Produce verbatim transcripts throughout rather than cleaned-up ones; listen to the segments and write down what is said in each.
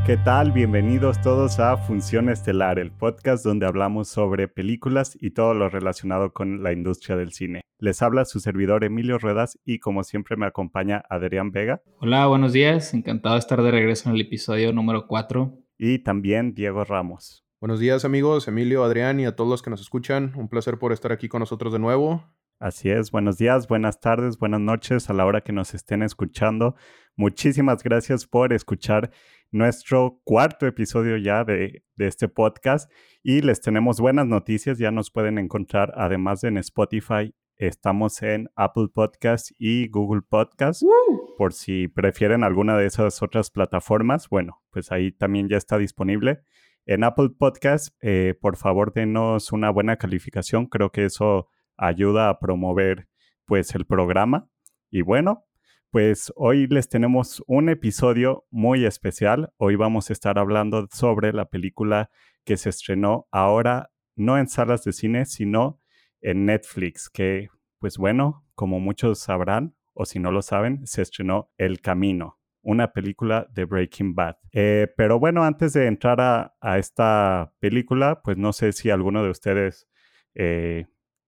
¿Qué tal? Bienvenidos todos a Función Estelar, el podcast donde hablamos sobre películas y todo lo relacionado con la industria del cine. Les habla su servidor Emilio Ruedas y como siempre me acompaña Adrián Vega. Hola, buenos días. Encantado de estar de regreso en el episodio número cuatro. Y también Diego Ramos. Buenos días amigos, Emilio, Adrián y a todos los que nos escuchan. Un placer por estar aquí con nosotros de nuevo. Así es, buenos días, buenas tardes, buenas noches a la hora que nos estén escuchando. Muchísimas gracias por escuchar nuestro cuarto episodio ya de, de este podcast y les tenemos buenas noticias. Ya nos pueden encontrar, además de en Spotify, estamos en Apple Podcast y Google Podcast. ¡Woo! Por si prefieren alguna de esas otras plataformas, bueno, pues ahí también ya está disponible. En Apple Podcast, eh, por favor, denos una buena calificación. Creo que eso ayuda a promover pues el programa. Y bueno, pues hoy les tenemos un episodio muy especial. Hoy vamos a estar hablando sobre la película que se estrenó ahora no en salas de cine, sino en Netflix, que pues bueno, como muchos sabrán o si no lo saben, se estrenó El Camino, una película de Breaking Bad. Eh, pero bueno, antes de entrar a, a esta película, pues no sé si alguno de ustedes eh,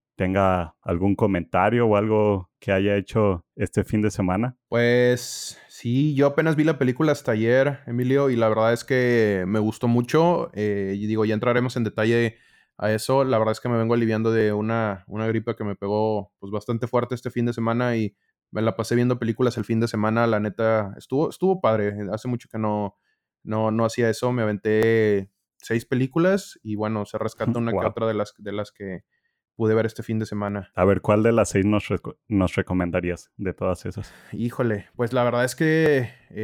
tenga algún comentario o algo que haya hecho este fin de semana. Pues sí, yo apenas vi la película hasta ayer, Emilio, y la verdad es que me gustó mucho. Eh, y digo, ya entraremos en detalle a eso. La verdad es que me vengo aliviando de una, una gripa que me pegó pues bastante fuerte este fin de semana y me la pasé viendo películas el fin de semana. La neta, estuvo, estuvo padre. Hace mucho que no, no, no hacía eso. Me aventé seis películas y bueno, se rescata una Wow. que otra de las, de las que pude ver este fin de semana. A ver, ¿cuál de las seis nos, reco- nos recomendarías de todas esas? Híjole, pues la verdad es que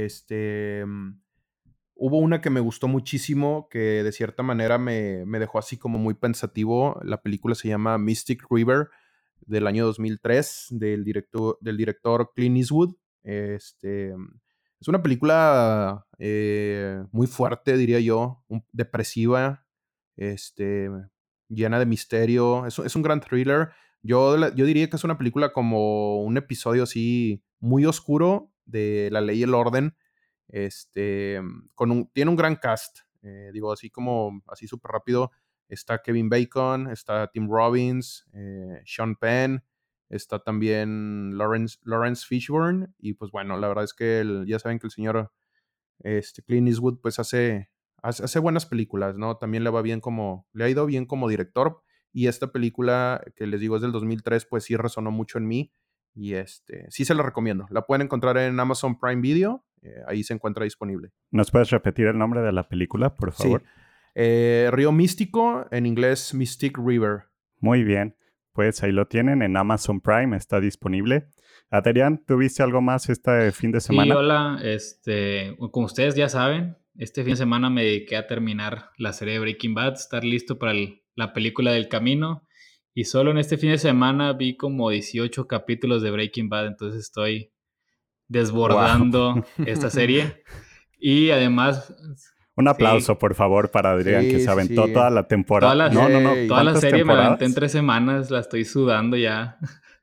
este mm, hubo una que me gustó muchísimo, que de cierta manera me, me dejó así como muy pensativo. La película se llama Mystic River, del año dos mil tres, del director, del director Clint Eastwood. Este, es una película eh, muy fuerte, diría yo, un- depresiva, este, llena de misterio. Es, es un gran thriller. Yo, la- yo diría que es una película como un episodio así muy oscuro de La Ley y el Orden. Este, con un, tiene un gran cast. Eh, digo, así como, así súper rápido. Está Kevin Bacon, está Tim Robbins, eh, Sean Penn, está también Lawrence, Lawrence Fishburne. Y pues bueno, la verdad es que el, ya saben que el señor este, Clint Eastwood pues hace, hace, hace buenas películas, ¿no? También le va bien como, le ha ido bien como director. Y esta película que les digo es del dos mil tres, pues sí resonó mucho en mí. Y este, sí se la recomiendo. La pueden encontrar en Amazon Prime Video. Eh, ahí se encuentra disponible. ¿Nos puedes repetir el nombre de la película, por favor? Sí. Eh, Río Místico, en inglés Mystic River. Muy bien, pues ahí lo tienen en Amazon Prime, está disponible. Adrián, ¿tuviste algo más este fin de semana? Sí, hola. Este, como ustedes ya saben, este fin de semana me dediqué a terminar la serie de Breaking Bad, estar listo para el- la película del Camino. Y solo en este fin de semana vi como dieciocho capítulos de Breaking Bad, entonces estoy desbordando Wow. esta serie. Y además, Un sí, aplauso, por favor, para Adrián, que Sí, se sí, aventó sí. toda la temporada. todas las, No, no, no. Yay. toda la ¿Cuántas serie me la aventé en temporadas? tres semanas, la estoy sudando ya.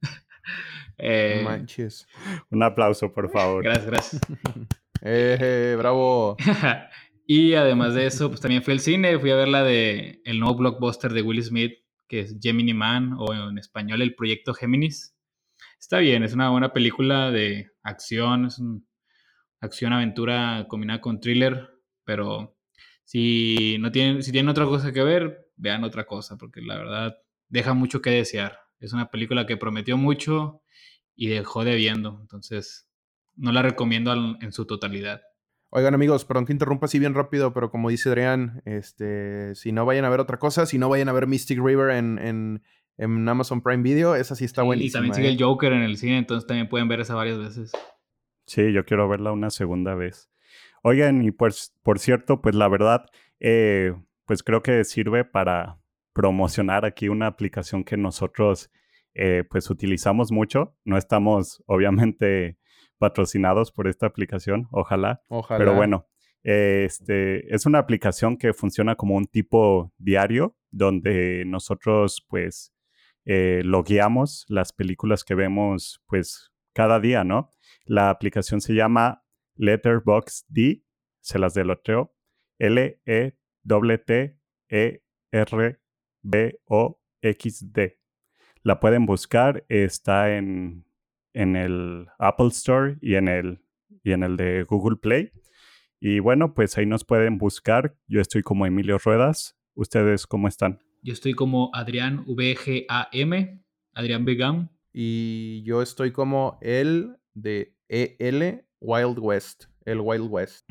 No Eh, manches. Un aplauso, por favor. gracias, gracias. eh, bravo. Y además de eso, pues también fui al cine, fui a ver la de el nuevo blockbuster de Will Smith, que es Gemini Man, o en español El Proyecto Géminis. Está bien, es una buena película de acción, es un acción-aventura combinada con thriller, pero si no tienen, si tienen otra cosa que ver, vean otra cosa, porque la verdad deja mucho que desear. Es una película que prometió mucho y dejó debiendo, entonces no la recomiendo al- en su totalidad. Oigan, amigos, perdón que interrumpa así bien rápido, pero como dice Adrián, este, si no vayan a ver otra cosa, si no vayan a ver Mystic River en, en, en Amazon Prime Video, esa sí está Sí, y también buenísima, sigue ¿eh? el Joker en el cine, entonces también pueden ver esa varias veces. Sí, yo quiero verla una segunda vez. Oigan, y pues, por cierto, pues la verdad, eh, pues creo que sirve para promocionar aquí una aplicación que nosotros eh, pues utilizamos mucho. No estamos obviamente patrocinados por esta aplicación, ojalá. Pero Ojalá. bueno, eh, este, es una aplicación que funciona como un tipo diario donde nosotros pues eh, logueamos las películas que vemos pues cada día, ¿no? La aplicación se llama Letterboxd, se las deletreo, L E T T E R B O X D. La pueden buscar, está en, en el Apple Store y en el, y en el de Google Play. Y bueno, pues ahí nos pueden buscar. Yo estoy como Emilio Ruedas. ¿Ustedes cómo están? Yo estoy como Adrián V G A M, Adrián Vegam. Y yo estoy como el de E L Wild West, el Wild West.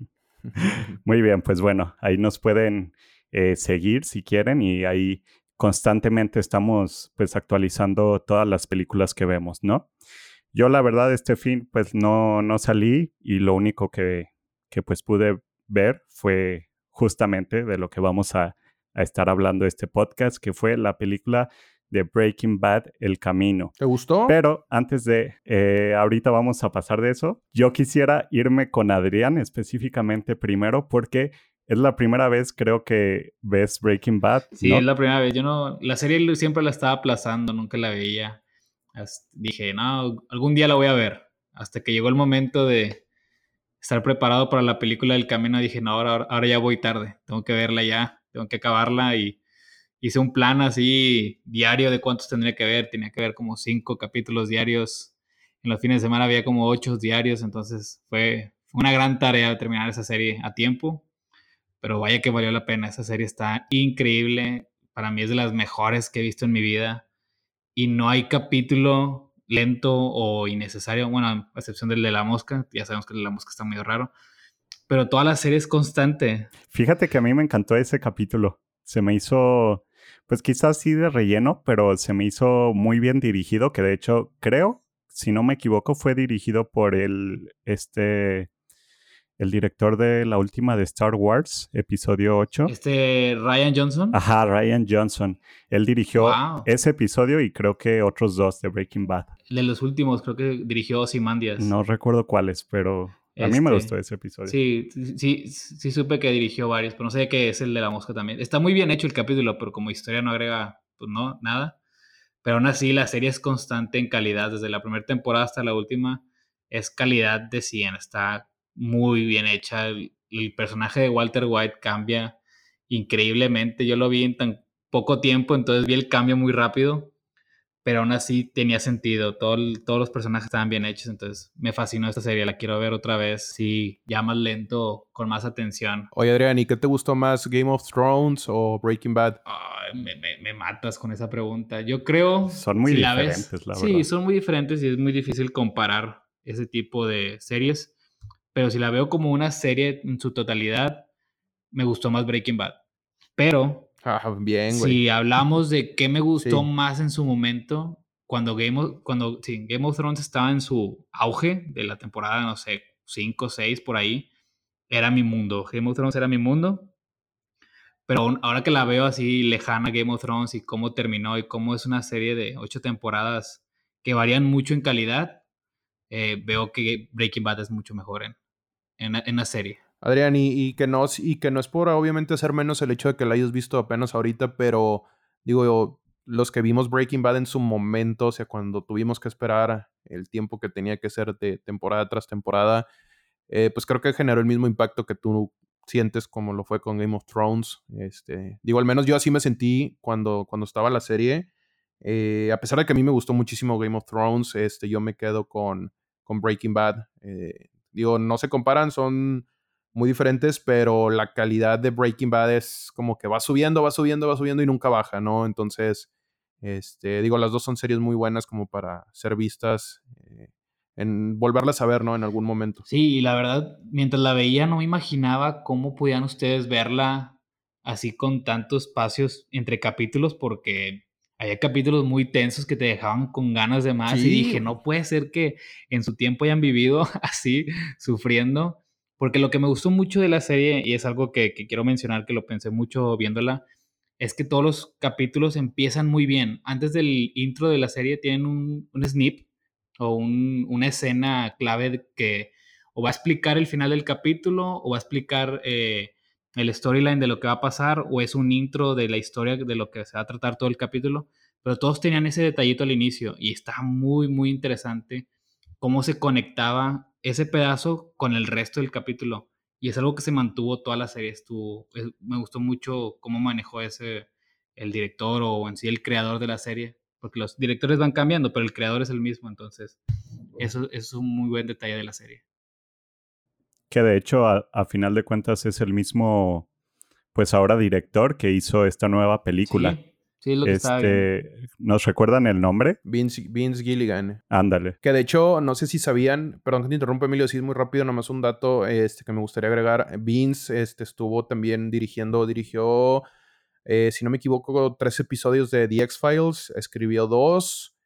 Muy bien, pues bueno, ahí nos pueden eh, seguir si quieren y ahí constantemente estamos pues actualizando todas las películas que vemos, ¿no? Yo la verdad este fin pues no, no salí y lo único que, que pues pude ver fue justamente de lo que vamos a, a estar hablando este podcast, que fue la película de Breaking Bad, El Camino. ¿Te gustó? Pero antes de, eh, ahorita vamos a pasar de eso, yo quisiera irme con Adrián específicamente primero porque es la primera vez creo que ves Breaking Bad, Sí, ¿no? es la primera vez. Yo no, la serie siempre la estaba aplazando, nunca la veía. Hasta dije, no, algún día la voy a ver. Hasta que llegó el momento de estar preparado para la película del camino, dije, no, ahora, ahora ya voy tarde. Tengo que verla ya, tengo que acabarla y hice un plan así diario de cuántos tendría que ver. Tenía que ver como cinco capítulos diarios. En los fines de semana había como ocho diarios, entonces fue, fue una gran tarea terminar esa serie a tiempo. Pero vaya que valió la pena. Esa serie está increíble. Para mí es de las mejores que he visto en mi vida. Y no hay capítulo lento o innecesario. Bueno, a excepción del de la mosca. Ya sabemos que el de la mosca está medio raro. Pero toda la serie es constante. Fíjate que a mí me encantó ese capítulo. Se me hizo, pues quizás sí de relleno, pero se me hizo muy bien dirigido, que de hecho creo, si no me equivoco, fue dirigido por el, este, el director de la última de Star Wars, episodio ocho. Este Rian Johnson. Ajá, Rian Johnson. Él dirigió Wow. ese episodio y creo que otros dos de Breaking Bad. De los últimos, creo que dirigió Ozymandias. No recuerdo cuáles, pero a Este, mí me gustó ese episodio. Sí, sí, sí supe que dirigió varios, pero no sé qué es el de la mosca también. Está muy bien hecho el capítulo, pero como historia no agrega, pues no, nada. Pero aún así, la serie es constante en calidad. Desde la primera temporada hasta la última, es calidad de cien. Está muy bien hecha. El, el personaje de Walter White cambia increíblemente. Yo lo vi en tan poco tiempo, entonces vi el cambio muy rápido. Pero aún así tenía sentido. Todo el, todos los personajes estaban bien hechos. Entonces me fascinó esta serie. La quiero ver otra vez. Sí, ya más lento, con más atención. Oye, Adrián, ¿y qué te gustó más, Game of Thrones o Breaking Bad? Ay, me, me, me matas con esa pregunta. Yo creo... Son muy si diferentes, la, ves, la sí, verdad. son muy diferentes y es muy difícil comparar ese tipo de series. Pero si la veo como una serie en su totalidad, me gustó más Breaking Bad. Pero Ah, bien, güey. si hablamos de qué me gustó Sí. más en su momento, cuando Game of, cuando, sí, Game of Thrones estaba en su auge de la temporada, no sé, cinco, seis, por ahí, era mi mundo. Game of Thrones era mi mundo. Pero ahora que la veo así lejana, Game of Thrones, y cómo terminó y cómo es una serie de ocho temporadas que varían mucho en calidad, eh, veo que Breaking Bad es mucho mejor en, en, en la serie. Adrián, y, y, que no, y que no es por obviamente hacer menos el hecho de que la hayas visto apenas ahorita, pero digo, los que vimos Breaking Bad en su momento, o sea, cuando tuvimos que esperar el tiempo que tenía que ser de temporada tras temporada, eh, pues creo que generó el mismo impacto que tú sientes como lo fue con Game of Thrones. Este, digo, al menos yo así me sentí cuando, cuando estaba la serie. Eh, a pesar de que a mí me gustó muchísimo Game of Thrones, este, yo me quedo con, con Breaking Bad. Eh, digo, no se comparan, son muy diferentes, pero la calidad de Breaking Bad es como que va subiendo, va subiendo, va subiendo y nunca baja, ¿no? Entonces, este, digo, las dos son series muy buenas como para ser vistas, eh, en volverlas a ver, ¿no? En algún momento. Sí, y la verdad, mientras la veía no me imaginaba cómo podían ustedes verla así con tantos espacios entre capítulos, porque había capítulos muy tensos que te dejaban con ganas de más, Sí, y dije, güey. no puede ser que en su tiempo hayan vivido así, sufriendo, porque lo que me gustó mucho de la serie, y es algo que, que quiero mencionar, que lo pensé mucho viéndola, es que todos los capítulos empiezan muy bien. Antes del intro de la serie tienen un, un snip o un, una escena clave que o va a explicar el final del capítulo o va a explicar eh, el storyline de lo que va a pasar, o es un intro de la historia de lo que se va a tratar todo el capítulo, pero todos tenían ese detallito al inicio y está muy muy interesante cómo se conectaba ese pedazo con el resto del capítulo, y es algo que se mantuvo toda la serie. Estuvo, es- me gustó mucho cómo manejó ese el director o en sí el creador de la serie, porque los directores van cambiando, pero el creador es el mismo, entonces eso, eso es un muy buen detalle de la serie. Que de hecho, a, a final de cuentas, es el mismo, pues ahora director que hizo esta nueva película. Sí, sí es lo que estaba viendo. Este, ¿nos recuerdan el nombre? Vince, Vince Gilligan. Ándale. Que de hecho, no sé si sabían, perdón que te interrumpa, Emilio, sí es muy rápido, nomás un dato este, que me gustaría agregar. Vince este, estuvo también dirigiendo, dirigió, eh, si no me equivoco, tres episodios de The X-Files, escribió dos.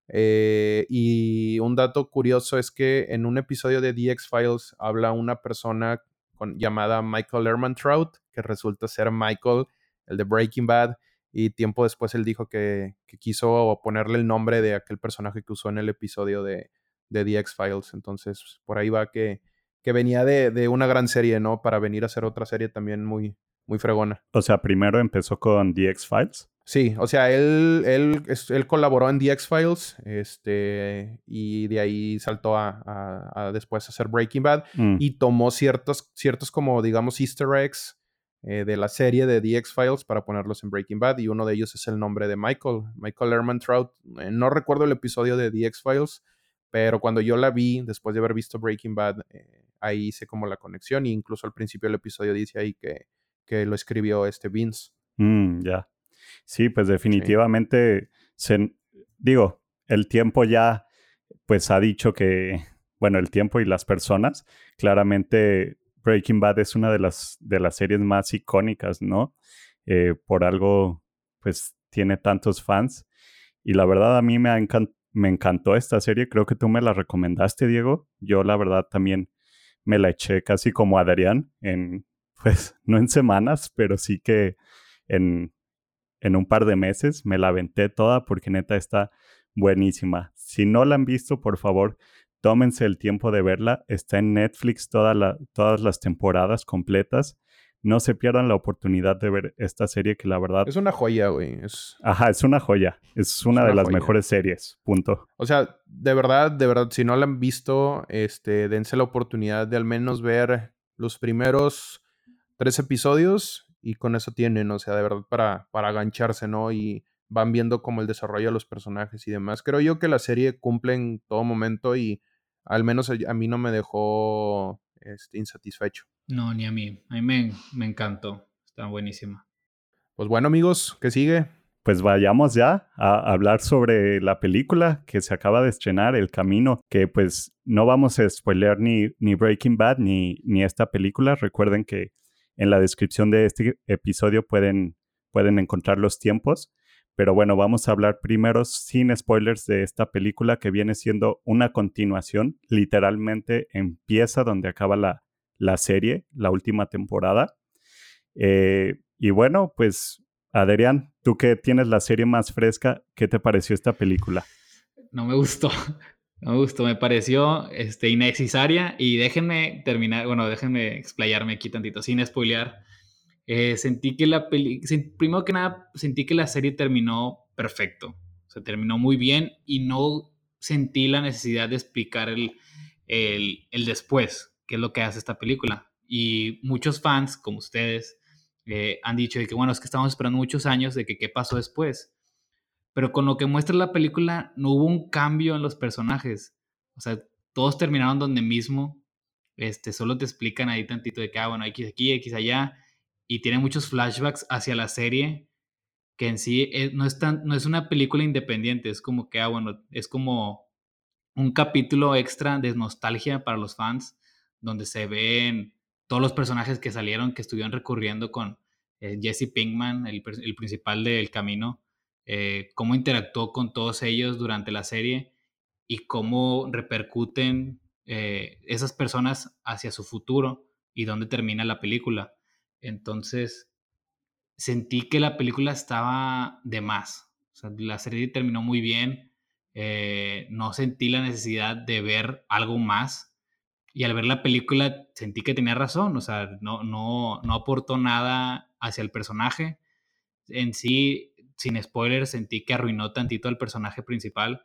Eh, y un dato curioso es que en un episodio de The X-Files habla una persona con, llamada Michael Ehrmantraut, que resulta ser Michael, el de Breaking Bad. Y tiempo después él dijo que, que quiso ponerle el nombre de aquel personaje que usó en el episodio de, de The X-Files. Entonces, por ahí va que, que venía de, de una gran serie, ¿no? Para venir a hacer otra serie también muy, muy fregona. O sea, primero empezó con The X-Files. Sí, o sea, él, él, es- él colaboró en The X-Files, este, y de ahí saltó a, a- a después hacer Breaking Bad Mm. y tomó ciertos, ciertos como, digamos, easter eggs eh, de la serie de The X-Files para ponerlos en Breaking Bad, y uno de ellos es el nombre de Michael, Michael Ehrmantraut. Eh, no recuerdo el episodio de The X-Files, pero cuando yo la vi, después de haber visto Breaking Bad, eh, ahí hice como la conexión, e incluso al principio del episodio dice ahí que, que lo escribió este Vince. Mm, ya. Sí, pues Sí. definitivamente, se, digo, el tiempo ya, pues ha dicho que, bueno, el tiempo y las personas, claramente Breaking Bad es una de las, de las series más icónicas, ¿no? Eh, por algo, pues tiene tantos fans. Y la verdad a mí me, ha encan- me encantó esta serie, creo que tú me la recomendaste, Diego. Yo la verdad también me la eché casi como Adrián, en, pues no en semanas, pero sí que en en un par de meses. Me la aventé toda porque neta está buenísima. Si no la han visto, por favor, tómense el tiempo de verla. Está en Netflix toda la, todas las temporadas completas. No se pierdan la oportunidad de ver esta serie que la verdad... Es una joya, güey. Es, Ajá, es una joya. Es es una de una las joya. mejores series. Punto. O sea, de verdad, de verdad, si no la han visto, este, dense la oportunidad de al menos ver los primeros tres episodios y con eso tienen, o sea, de verdad para, para agancharse, ¿no? Y van viendo como el desarrollo de los personajes y demás. Creo yo que la serie cumple en todo momento y al menos a, a mí no me dejó este, insatisfecho. No, ni a mí. A mí me, me encantó. Está buenísima. Pues bueno, amigos, ¿qué sigue? Pues vayamos ya a hablar sobre la película que se acaba de estrenar, El Camino, que pues no vamos a spoilear ni, ni Breaking Bad ni, ni esta película. Recuerden que en la descripción de este episodio pueden, pueden encontrar los tiempos. Pero bueno, vamos a hablar primero sin spoilers de esta película que viene siendo una continuación. Literalmente empieza donde acaba la, la serie, la última temporada. Eh, y bueno, pues Adrián, tú que tienes la serie más fresca, ¿qué te pareció esta película? No me gustó. No me gustó. Me pareció este, innecesaria. Y déjenme terminar. Bueno, déjenme explayarme aquí tantito sin spoilear. Eh, sentí que la peli. Primero que nada, sentí que la serie terminó perfecto. O sea, terminó muy bien. Y no sentí la necesidad de explicar el, el, el después, qué es lo que hace esta película. Y muchos fans, como ustedes, eh, han dicho de que, bueno, es que estamos esperando muchos años de que qué pasó después. Pero con lo que muestra la película no hubo un cambio en los personajes. O sea, todos terminaron donde mismo. Este, solo te explican ahí tantito de que, ah, bueno, X aquí, X allá. Y tiene muchos flashbacks hacia la serie que en sí es, no, es tan, no es una película independiente. Es como que, ah, bueno, es como un capítulo extra de nostalgia para los fans, donde se ven todos los personajes que salieron, que estuvieron recurriendo con eh, Jesse Pinkman, el, el principal de El Camino, eh, cómo interactuó con todos ellos durante la serie y cómo repercuten eh, esas personas hacia su futuro y dónde termina la película. Entonces, sentí que la película estaba de más. O sea, la serie terminó muy bien. Eh, no sentí la necesidad de ver algo más. Y al ver la película sentí que tenía razón. O sea, no, no, no aportó nada hacia el personaje. En sí, sin spoilers, sentí que arruinó tantito al personaje principal.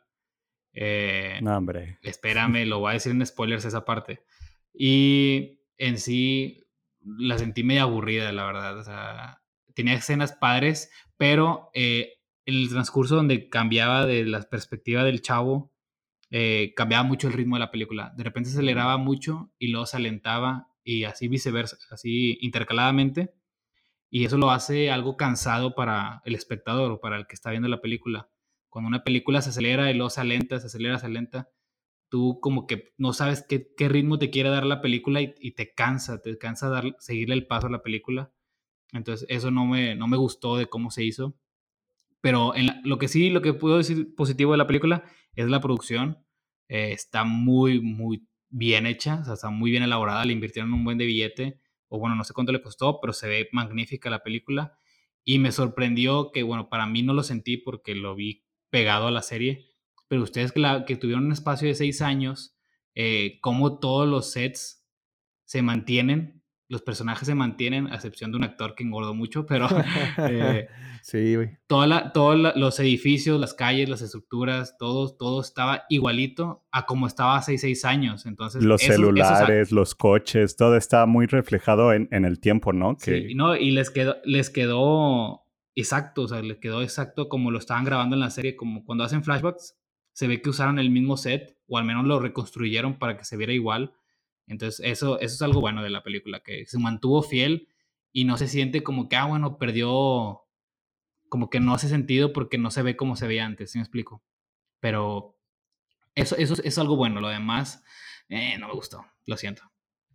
Eh, No, hombre. Espérame, lo voy a decir en spoilers esa parte. Y en sí, la sentí medio aburrida, la verdad. O sea, tenía escenas padres, pero eh, el transcurso donde cambiaba de la perspectiva del chavo, eh, cambiaba mucho el ritmo de la película. De repente se aceleraba mucho y luego se alentaba y así viceversa, así intercaladamente. Y eso lo hace algo cansado para el espectador o para el que está viendo la película. Cuando una película se acelera y luego se alenta, se acelera, se alenta, tú como que no sabes qué, qué ritmo te quiere dar la película y, y te cansa, te cansa dar, seguirle el paso a la película. Entonces eso no me, no me gustó de cómo se hizo. Pero en la, lo que sí, lo que puedo decir positivo de la película es la producción. Eh, está muy, muy bien hecha, o sea, está muy bien elaborada, le invirtieron un buen de billete, o bueno, no sé cuánto le costó, pero se ve magnífica la película. Y me sorprendió que, bueno, para mí no lo sentí porque lo vi pegado a la serie, pero ustedes que, la, que tuvieron un espacio de seis años, eh, cómo todos los sets se mantienen, los personajes se mantienen, a excepción de un actor que engordó mucho, pero eh, Sí, güey. toda la, todos la, los edificios, las calles, las estructuras, todo, todo estaba igualito a como estaba hace seis años. Entonces, Los eso, eso, celulares, los coches, todo está muy reflejado en, en el tiempo, ¿no? sí, Que no, y les quedó, les quedó exacto, o sea, les quedó exacto como lo estaban grabando en la serie, como cuando hacen flashbacks, se ve que usaron el mismo set, o al menos lo reconstruyeron para que se viera igual. Entonces, eso, eso es algo bueno de la película, que se mantuvo fiel y no se siente como que, ah, bueno, perdió, como que no hace sentido porque no se ve como se veía antes, ¿sí me explico? Pero eso, eso es algo bueno, lo demás, eh, no me gustó, lo siento.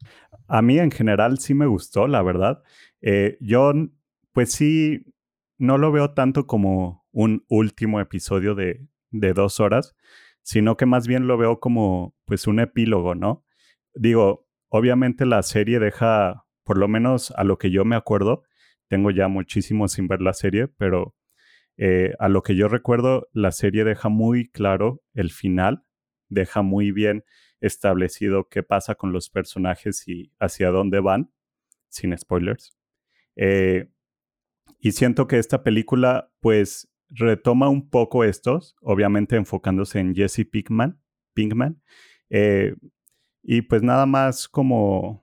a mí en general sí me gustó, la verdad. Eh, yo, pues sí, no lo veo tanto como un último episodio de, de dos horas, sino que más bien lo veo como pues un epílogo, ¿no? Digo, obviamente la serie deja, por lo menos a lo que yo me acuerdo, tengo ya muchísimo sin ver la serie, pero eh, a lo que yo recuerdo, la serie deja muy claro el final, deja muy bien establecido qué pasa con los personajes y hacia dónde van, sin spoilers. Eh, y siento que esta película, pues, retoma un poco estos, obviamente enfocándose en Jesse Pinkman, Pinkman eh, y pues nada más como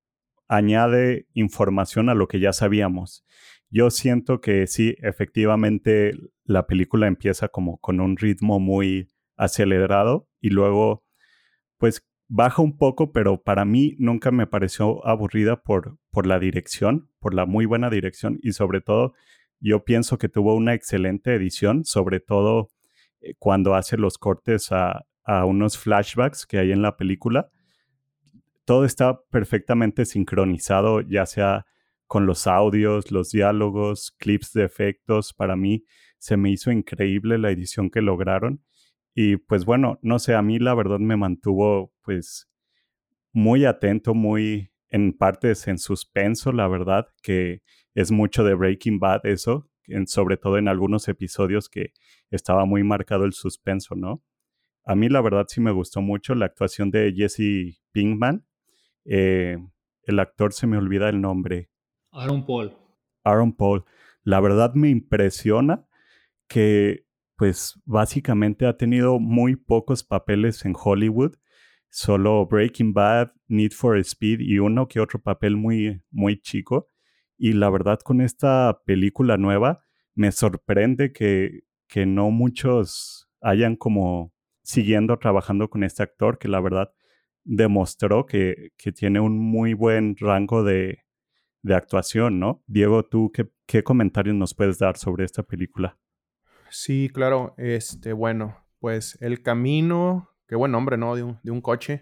añade información a lo que ya sabíamos. Yo siento que sí, efectivamente, la película empieza como con un ritmo muy acelerado y luego, pues, baja un poco, pero para mí nunca me pareció aburrida por, por la dirección, por la muy buena dirección y sobre todo, yo pienso que tuvo una excelente edición, sobre todo eh, cuando hace los cortes a, a unos flashbacks que hay en la película. Todo está perfectamente sincronizado, ya sea con los audios, los diálogos, clips de efectos. Para mí se me hizo increíble la edición que lograron. Y pues bueno, no sé, a mí la verdad me mantuvo pues muy atento, muy en partes en suspenso, la verdad, que es mucho de Breaking Bad eso, en, sobre todo en algunos episodios que estaba muy marcado el suspenso, ¿no? A mí la verdad sí me gustó mucho la actuación de Jesse Pinkman. Eh, el actor se me olvida el nombre. Aaron Paul. Aaron Paul. La verdad me impresiona que pues básicamente ha tenido muy pocos papeles en Hollywood. Solo Breaking Bad, Need for Speed y uno que otro papel muy, muy chico. Y la verdad con esta película nueva me sorprende que, que no muchos hayan como siguiendo trabajando con este actor que la verdad demostró que, que tiene un muy buen rango de, de actuación, ¿no? Diego, ¿tú qué, qué comentarios nos puedes dar sobre esta película? Sí, claro. Este, bueno, pues El Camino, qué buen nombre, ¿no? De un, de un coche.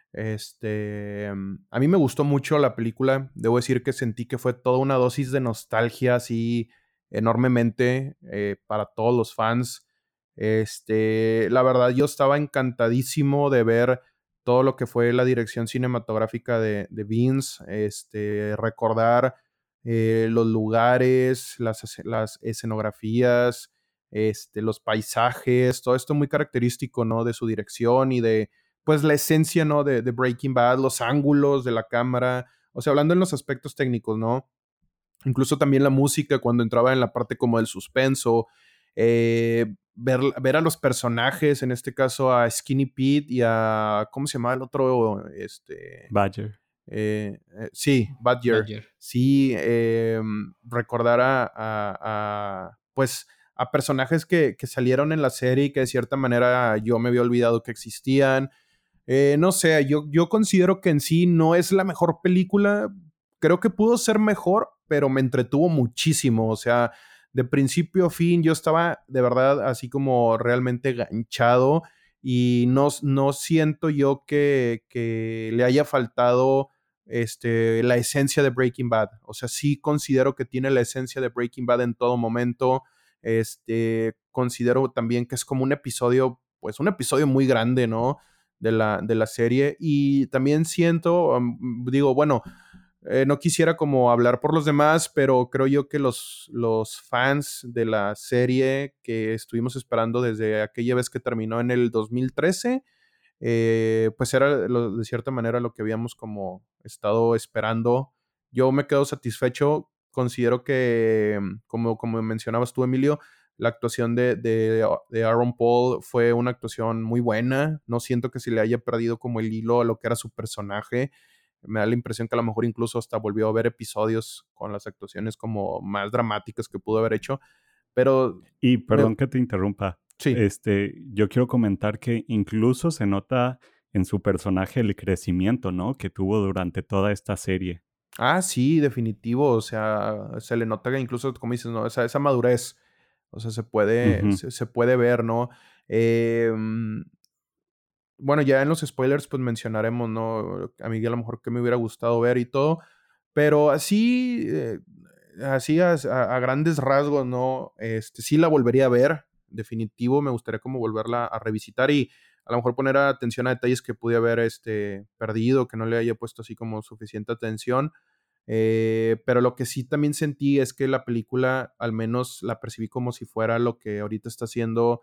Este, mm, a mí me gustó mucho la película. Debo decir que sentí que fue toda una dosis de nostalgia, así enormemente eh, para todos los fans. Este, la verdad, yo estaba encantadísimo de ver todo lo que fue la dirección cinematográfica de, de Vince. Este, recordar eh, los lugares, las, esce- las escenografías, este, los paisajes, todo esto muy característico, ¿no? De su dirección y de, pues, la esencia, ¿no? De, de Breaking Bad, los ángulos de la cámara, o sea, hablando en los aspectos técnicos, ¿no? Incluso también la música cuando entraba en la parte como del suspenso, eh, ver, ver a los personajes, en este caso a Skinny Pete y a, ¿cómo se llama el otro? Este, Badger. Eh, eh, sí, Bad Year. Bad Year. Sí, eh, recordar a, a, a, pues, a personajes que, que salieron en la serie y que de cierta manera yo me había olvidado que existían. Eh, no sé, yo, yo considero que en sí no es la mejor película. Creo que pudo ser mejor, pero me entretuvo muchísimo. O sea, de principio a fin yo estaba de verdad así como realmente enganchado y no, no siento yo que, que le haya faltado este, la esencia de Breaking Bad. O sea, sí considero que tiene la esencia de Breaking Bad en todo momento. Este, considero también que es como un episodio, pues un episodio muy grande, ¿no? De la, de la serie. Y también siento, um, digo, bueno, eh, no quisiera como hablar por los demás, pero creo yo que los, los fans de la serie que estuvimos esperando desde aquella vez que terminó en el dos mil trece, eh, pues era lo, de cierta manera lo que habíamos como estado esperando. Yo me quedo satisfecho, considero que, como, como mencionabas tú, Emilio, la actuación de, de, de Aaron Paul fue una actuación muy buena. No siento que se le haya perdido como el hilo a lo que era su personaje. Me da la impresión que a lo mejor incluso hasta volvió a ver episodios con las actuaciones como más dramáticas que pudo haber hecho. Pero Y me, perdón que te interrumpa. sí. Este, yo quiero comentar que incluso se nota en su personaje el crecimiento, ¿no? Que tuvo durante toda esta serie. Ah, sí, definitivo. O sea, se le nota que incluso, como dices, ¿no? Esa, esa madurez. O sea, se puede, Ujú. se, se puede ver, ¿no? Eh, bueno, ya en los spoilers, pues mencionaremos, ¿no? A mí a lo mejor que me hubiera gustado ver y todo. Pero así, eh, así a, a, a grandes rasgos, ¿no? Este, sí la volvería a ver, definitivo. Me gustaría como volverla a revisitar y a lo mejor poner atención a detalles que pude haber este, perdido, que no le haya puesto así como suficiente atención. Eh, pero lo que sí también sentí es que la película, al menos la percibí como si fuera lo que ahorita está haciendo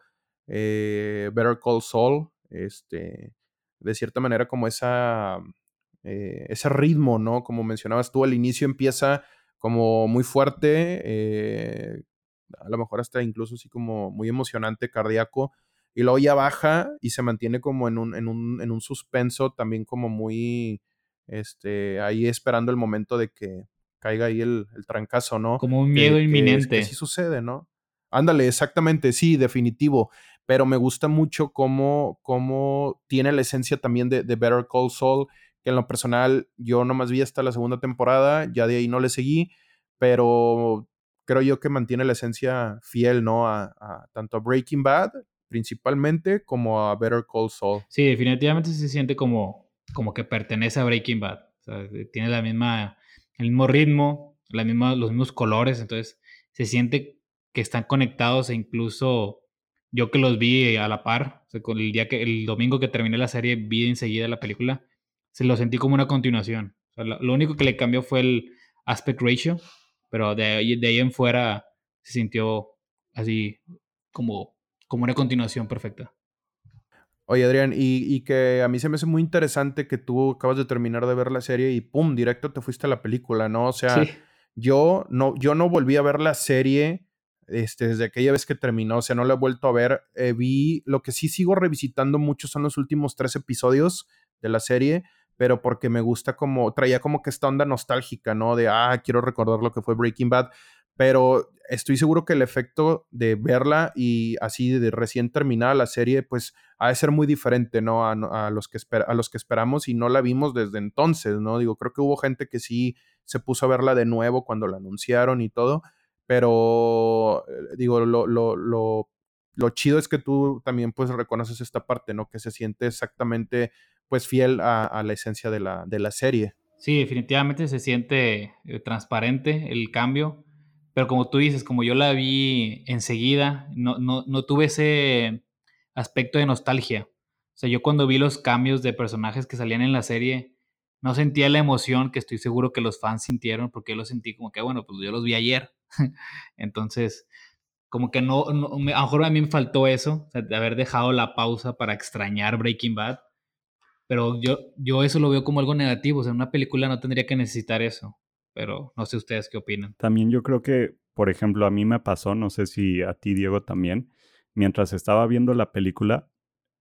eh, Better Call Saul, este, de cierta manera como esa, eh, ese ritmo, ¿no? Como mencionabas tú, al inicio empieza como muy fuerte, eh, a lo mejor hasta incluso así como muy emocionante, cardíaco, y luego ya baja y se mantiene como en un, en un, en un suspenso también como muy este, ahí esperando el momento de que caiga ahí el, el trancazo, ¿no? Como un miedo Que, que, que sí inminente. sucede, ¿no? Ándale, exactamente, sí, definitivo. Pero me gusta mucho cómo, cómo tiene la esencia también de, de Better Call Saul, que en lo personal yo nomás vi hasta la segunda temporada, ya de ahí no le seguí, pero creo yo que mantiene la esencia fiel, ¿no? A, a tanto a Breaking Bad, principalmente, como a Better Call Saul. Sí, definitivamente se siente como, como que pertenece a Breaking Bad. O sea, tiene la misma, el mismo ritmo, la misma, los mismos colores, entonces se siente que están conectados e incluso yo que los vi a la par, o sea, con el día que, el domingo que terminé la serie, vi enseguida la película, se lo sentí como una continuación. O sea, lo, lo único que le cambió fue el aspect ratio, pero de ahí, de ahí en fuera se sintió así como, como una continuación perfecta. Oye, Adrián, y, y que a mí se me hace muy interesante que tú acabas de terminar de ver la serie y pum, directo te fuiste a la película, ¿no? O sea, Sí. yo no, yo no volví a ver la serie este, desde aquella vez que terminó, o sea, no la he vuelto a ver. Eh, vi, lo que sí sigo revisitando mucho son los últimos tres episodios de la serie, pero porque me gusta como, traía como que esta onda nostálgica, ¿no? De, ah, quiero recordar lo que fue Breaking Bad, pero estoy seguro que el efecto de verla y así de recién terminada la serie, pues ha de ser muy diferente, ¿no? A, a, los que esper a los que esperamos y no la vimos desde entonces, ¿no? Digo, creo que hubo gente que sí se puso a verla de nuevo cuando la anunciaron y todo, pero digo, lo, lo, lo, lo chido es que tú también pues reconoces esta parte, ¿no? Que se siente exactamente pues fiel a, a la esencia de la, de la serie. Sí, definitivamente se siente eh, transparente el cambio, pero como tú dices, como yo la vi enseguida, no, no, no tuve ese aspecto de nostalgia. O sea, yo cuando vi los cambios de personajes que salían en la serie, no sentía la emoción que estoy seguro que los fans sintieron, porque yo lo sentí como que, bueno, pues yo los vi ayer. Entonces, como que no, no me, a lo mejor a mí me faltó eso, o sea, de haber dejado la pausa para extrañar Breaking Bad. Pero yo, yo eso lo veo como algo negativo. O sea, una película no tendría que necesitar eso. Pero no sé ustedes qué opinan. También yo creo que, por ejemplo, a mí me pasó, no sé si a ti, Diego, también, mientras estaba viendo la película,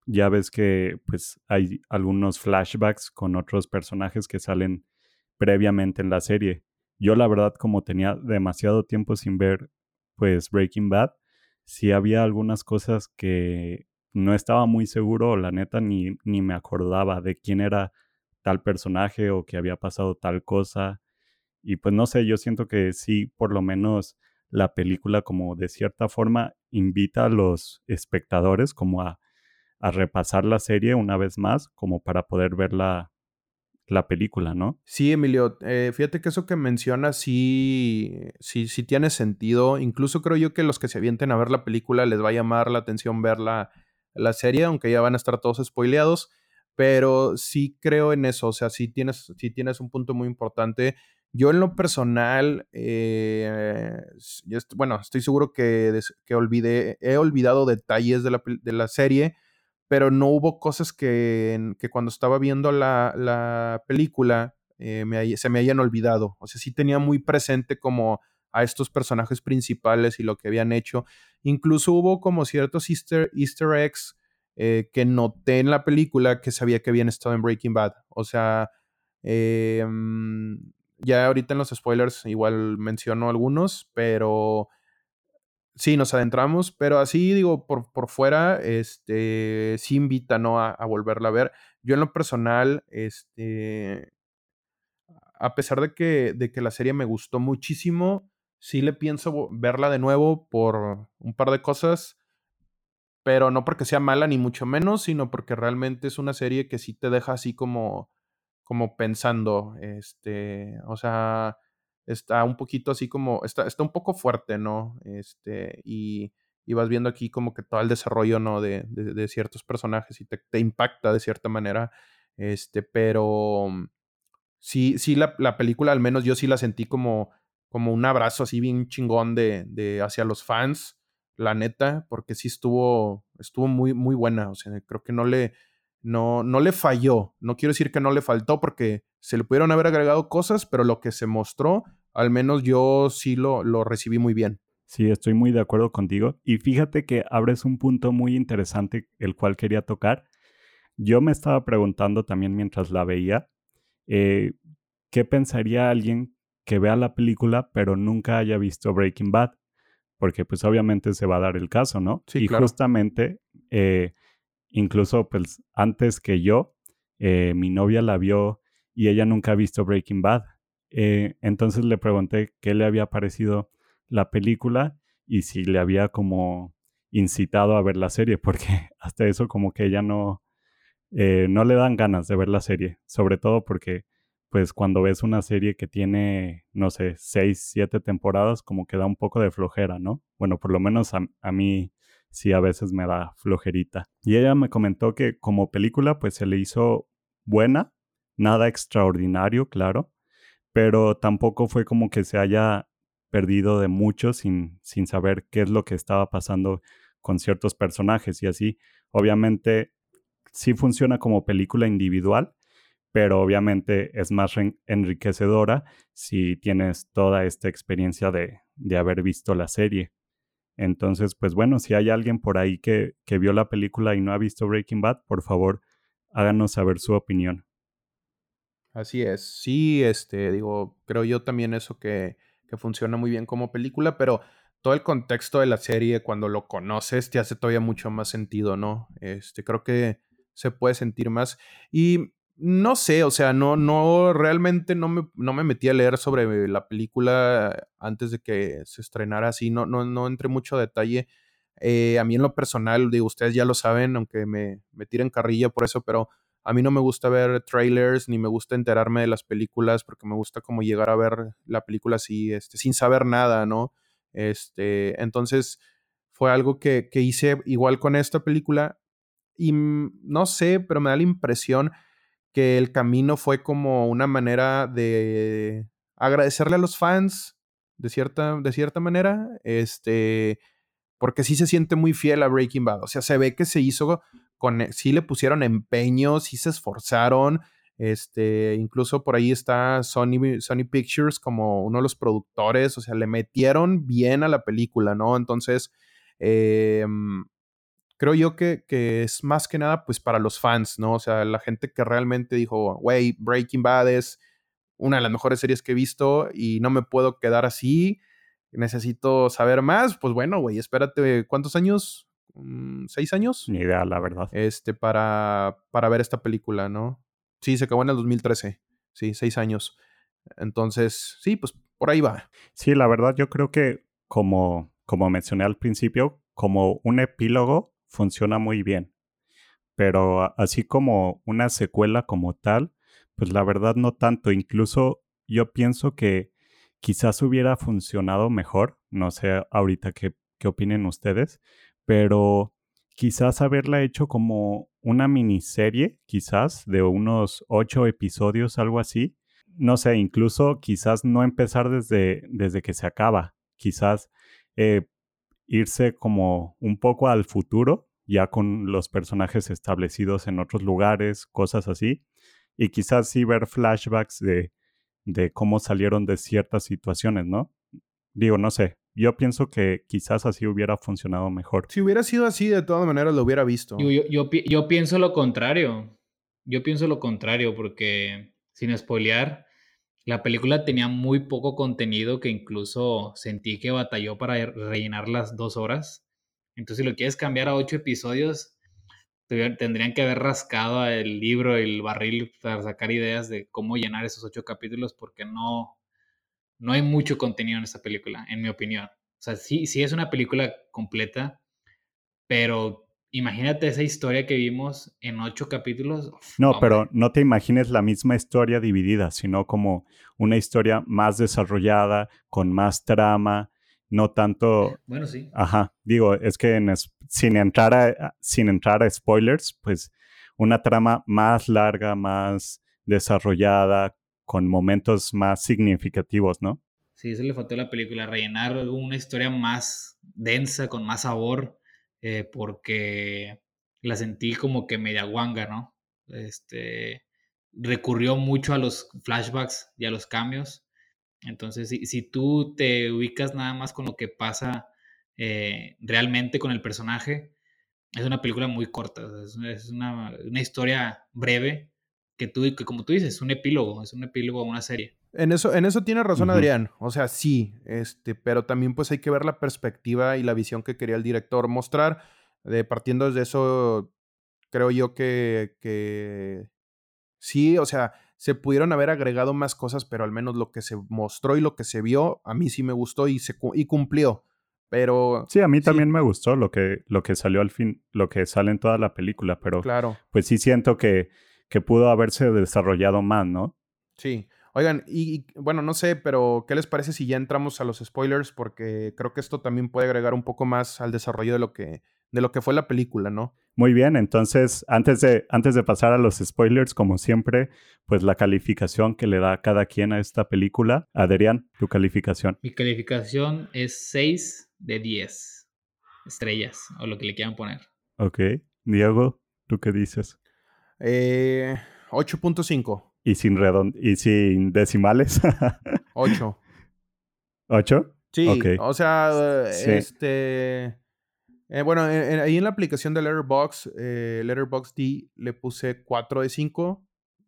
ya ves que pues hay algunos flashbacks con otros personajes que salen previamente en la serie. Yo la verdad, como tenía demasiado tiempo sin ver pues Breaking Bad, sí había algunas cosas que no estaba muy seguro, o la neta ni, ni me acordaba de quién era tal personaje o que había pasado tal cosa. Y pues no sé, yo siento que sí, por lo menos la película como de cierta forma invita a los espectadores como a, a repasar la serie una vez más, como para poder ver la, la película, ¿no? Sí, Emilio, eh, fíjate que eso que mencionas sí, sí, sí tiene sentido. Incluso creo yo que los que se avienten a ver la película les va a llamar la atención ver la, la serie, aunque ya van a estar todos spoileados. Pero sí creo en eso, o sea, sí tienes, sí tienes un punto muy importante. Yo en lo personal, eh, s- yo est- bueno, estoy seguro que, des- que olvidé, he olvidado detalles de la, pel- de la serie, pero no hubo cosas que, que cuando estaba viendo la, la película eh, me hay- se me hayan olvidado. O sea, sí tenía muy presente como a estos personajes principales y lo que habían hecho. Incluso hubo como ciertos easter, easter eggs eh, que noté en la película que sabía que habían estado en Breaking Bad. O sea, eh, mm, ya ahorita en los spoilers igual menciono algunos, pero sí, nos adentramos, pero así digo, por, por fuera, este, sí invita, ¿no? A, a volverla a ver. Yo en lo personal, este, a pesar de que, de que la serie me gustó muchísimo, sí le pienso vo- verla de nuevo por un par de cosas, pero no porque sea mala ni mucho menos, sino porque realmente es una serie que sí te deja así como, como pensando, este, o sea, está un poquito así como, está, está un poco fuerte, ¿no? Este, y, y vas viendo aquí como que todo el desarrollo, ¿no? De, de, de ciertos personajes y te, te impacta de cierta manera, este, pero sí, sí, la, la película, al menos yo sí la sentí como, como un abrazo así bien chingón de, de hacia los fans, la neta, porque sí estuvo, estuvo muy, muy buena. O sea, creo que no le, no, no le falló. No quiero decir que no le faltó, porque se le pudieron haber agregado cosas, pero lo que se mostró, al menos yo sí lo, lo recibí muy bien. Sí, estoy muy de acuerdo contigo. Y fíjate que abres un punto muy interesante, el cual quería tocar. Yo me estaba preguntando también mientras la veía, eh, ¿qué pensaría alguien que vea la película pero nunca haya visto Breaking Bad? Porque pues obviamente se va a dar el caso, ¿no? Sí, Y claro. justamente, eh, incluso pues antes que yo, eh, mi novia la vio y ella nunca ha visto Breaking Bad. Eh, entonces le pregunté qué le había parecido la película y si le había como incitado a ver la serie, porque hasta eso como que ella no, eh, no le dan ganas de ver la serie, sobre todo porque pues cuando ves una serie que tiene, no sé, seis, siete temporadas, como que da un poco de flojera, ¿no? Bueno, por lo menos a, a mí sí a veces me da flojerita. Y ella me comentó que como película pues se le hizo buena, nada extraordinario, claro, pero tampoco fue como que se haya perdido de mucho sin, sin saber qué es lo que estaba pasando con ciertos personajes y así. Obviamente sí funciona como película individual, pero obviamente es más enriquecedora si tienes toda esta experiencia de, de haber visto la serie. Entonces, pues bueno, si hay alguien por ahí que, que vio la película y no ha visto Breaking Bad, por favor, háganos saber su opinión. Así es. Sí, este, digo, creo yo también eso que, que funciona muy bien como película, pero todo el contexto de la serie, cuando lo conoces, te hace todavía mucho más sentido, ¿no? Este, creo que se puede sentir más. Y no sé, o sea, no, no, realmente no me, no me metí a leer sobre la película antes de que se estrenara así, no, no, no entré mucho a detalle. Eh, a mí en lo personal, digo, ustedes ya lo saben, aunque me, me tiren carrilla por eso, pero a mí no me gusta ver trailers ni me gusta enterarme de las películas porque me gusta como llegar a ver la película así, este, sin saber nada, ¿no? Este, entonces fue algo que, que hice igual con esta película y mm, no sé, pero me da la impresión que el camino fue como una manera de agradecerle a los fans de cierta, de cierta manera, este, porque sí se siente muy fiel a Breaking Bad. O sea, se ve que se hizo con, sí le pusieron empeño, sí se esforzaron. Este, incluso por ahí está Sony, Sony Pictures como uno de los productores, o sea, le metieron bien a la película, ¿no? Entonces, eh, creo yo que, que es más que nada pues para los fans, ¿no? O sea, la gente que realmente dijo, güey, Breaking Bad es una de las mejores series que he visto y no me puedo quedar así, necesito saber más, pues bueno, güey, espérate, ¿cuántos años? ¿Seis años? Ni idea, la verdad. Este, para, para ver esta película, ¿no? Sí, se acabó en el dos mil trece, sí, seis años. Entonces, sí, pues por ahí va. Sí, la verdad yo creo que como, como mencioné al principio, como un epílogo funciona muy bien, pero a- así como una secuela como tal, pues la verdad no tanto. Incluso yo pienso que quizás hubiera funcionado mejor, no sé ahorita qué, qué opinen ustedes, pero quizás haberla hecho como una miniserie, quizás de unos ocho episodios, algo así. No sé, incluso quizás no empezar desde, desde que se acaba, quizás eh, irse como un poco al futuro, ya con los personajes establecidos en otros lugares, cosas así, y quizás sí ver flashbacks de, de cómo salieron de ciertas situaciones, ¿no? Digo, no sé, yo pienso que quizás así hubiera funcionado mejor. Si hubiera sido así, de todas maneras lo hubiera visto. Yo, yo, yo, pi- yo pienso lo contrario. Yo pienso lo contrario porque, sin spoilear, la película tenía muy poco contenido que incluso sentí que batalló para rellenar las dos horas. Entonces, si lo quieres cambiar a ocho episodios, tuvier- tendrían que haber rascado el libro, el barril para sacar ideas de cómo llenar esos ocho capítulos porque no, no hay mucho contenido en esta película, en mi opinión. O sea, sí, sí es una película completa, pero imagínate esa historia que vimos en ocho capítulos. Uf, No, hombre. pero no te imagines la misma historia dividida, sino como una historia más desarrollada, con más trama, no tanto. Bueno, sí. Ajá, digo, es que en es- sin, entrar a, sin entrar a spoilers, pues una trama más larga, más desarrollada, con momentos más significativos, ¿no? Sí, eso le faltó a la película, rellenar una historia más densa, con más sabor, eh, porque la sentí como que media guanga, ¿no? Este, recurrió mucho a los flashbacks y a los cambios. Entonces, si, si tú te ubicas nada más con lo que pasa eh, realmente con el personaje, es una película muy corta, o sea, es, una, es una, una historia breve que tú, que como tú dices, es un epílogo, es un epílogo a una serie. En eso, en eso tiene razón Ujú. Adrián. O sea, sí, este, pero también pues hay que ver la perspectiva y la visión que quería el director mostrar. De, partiendo desde eso, creo yo que, que sí, o sea, se pudieron haber agregado más cosas, pero al menos lo que se mostró y lo que se vio, a mí sí me gustó y, se, cu- y cumplió. Pero Sí, a mí sí, también me gustó lo que, lo que salió al fin, lo que sale en toda la película, pero claro, pues sí siento que, que pudo haberse desarrollado más, ¿no? sí. Oigan, y, y, bueno, no sé, pero ¿qué les parece si ya entramos a los spoilers? Porque creo que esto también puede agregar un poco más al desarrollo de lo que, de lo que fue la película, ¿no? Muy bien, entonces antes de, antes de pasar a los spoilers, como siempre, pues la calificación que le da cada quien a esta película. Adrián, tu calificación. Mi calificación es seis de diez estrellas, o lo que le quieran poner. Ok. Diego, ¿tú qué dices? Eh, ocho punto cinco. Y sin redond y sin decimales. ocho. ¿Ocho? Ok. Sí, o sea, Sí. este... eh, bueno, en- en- ahí en la aplicación de Letterboxd, eh, Letterboxd le puse cuatro de cinco.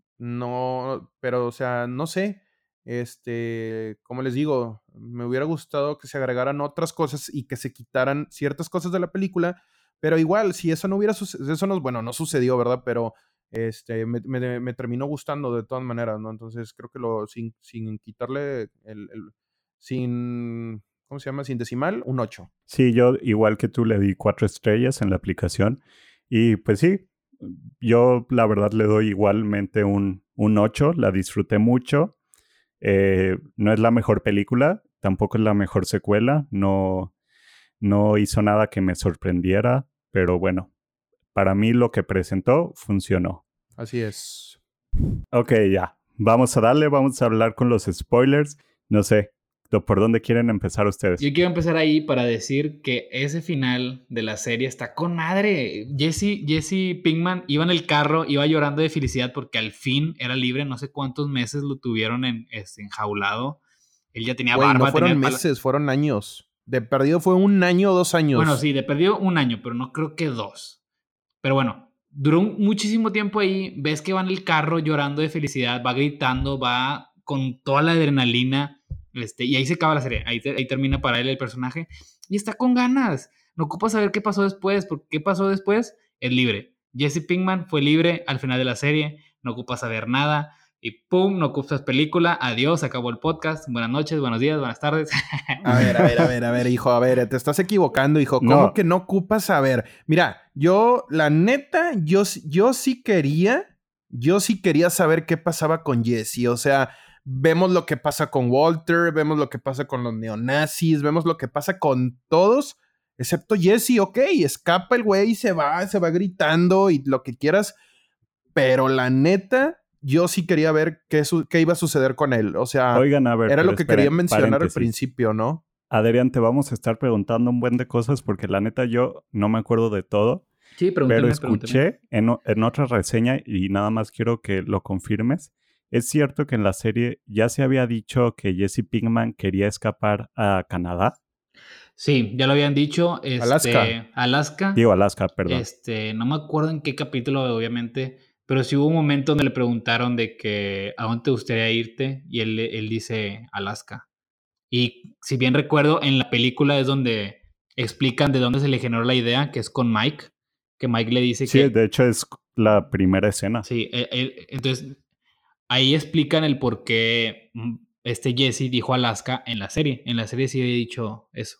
No, pero, o sea, no sé. Este, como les digo, me hubiera gustado que se agregaran otras cosas y que se quitaran ciertas cosas de la película, pero igual, si eso no hubiera sucedido, eso no, bueno, no sucedió, ¿verdad? Pero este, me, me- me terminó gustando de todas maneras, ¿no? Entonces creo que lo, sin, sin quitarle el, el- sin, ¿cómo se llama? Sin decimal, un ocho. Sí, yo igual que tú le di cuatro estrellas en la aplicación. Y pues sí, yo la verdad le doy igualmente un, un ocho. La disfruté mucho. Eh, no es la mejor película, tampoco es la mejor secuela. No, no hizo nada que me sorprendiera, pero bueno, para mí lo que presentó funcionó. Así es. Ok, ya. Vamos a darle, vamos a hablar con los spoilers. No sé, ¿por dónde quieren empezar ustedes? Yo quiero empezar ahí para decir que ese final de la serie está con madre. Jesse, Jesse Pinkman iba en el carro, iba llorando de felicidad porque al fin era libre. No sé cuántos meses lo tuvieron en, este, enjaulado. Él ya tenía Güey, no barba, tenía fueron el palo. meses, fueron años. De perdido fue un año o dos años. Bueno, sí, de perdido un año, pero no creo que dos. Pero bueno, duró muchísimo tiempo ahí. Ves que va en el carro llorando de felicidad, va gritando, va con toda la adrenalina. Este, y ahí se acaba la serie. Ahí, te, ahí termina para él el personaje. Y está con ganas. No ocupa saber qué pasó después, porque qué pasó después es libre. Jesse Pinkman fue libre al final de la serie. No ocupa saber nada. Y pum, no ocupas película. Adiós, acabó el podcast. Buenas noches, buenos días, buenas tardes. A ver, a ver, a ver, a ver, hijo, a ver, te estás equivocando, hijo. ¿Cómo No. que no ocupas saber? Mira, yo, la neta, yo, yo sí quería, yo sí quería saber qué pasaba con Jesse. O sea, vemos lo que pasa con Walter, vemos lo que pasa con los neonazis, vemos lo que pasa con todos, excepto Jesse. Ok, escapa el güey y se va, se va gritando y lo que quieras. Pero la neta, yo sí quería ver qué, su- qué iba a suceder con él. O sea, Oigan, a ver, era pero lo que esperen, quería mencionar paréntesis. al principio, ¿no? Adrián, te vamos a estar preguntando un buen de cosas porque la neta yo no me acuerdo de todo, Sí, pero escuché en, o- en otra reseña y nada más quiero que lo confirmes. ¿Es cierto que en la serie ya se había dicho que Jesse Pinkman quería escapar a Canadá? Sí, ya lo habían dicho. Este, Alaska. Alaska. Digo, Alaska, perdón. Este, no me acuerdo en qué capítulo, obviamente, pero sí hubo un momento donde le preguntaron de que a dónde te gustaría irte y él, él dice Alaska. Y si bien recuerdo, en la película es donde explican de dónde se le generó la idea, que es con Mike, que Mike le dice Sí, que... de hecho es la primera escena. Sí, él- él- entonces ahí explican el por qué mm, este Jesse dijo Alaska en la serie. En la serie sí había dicho eso.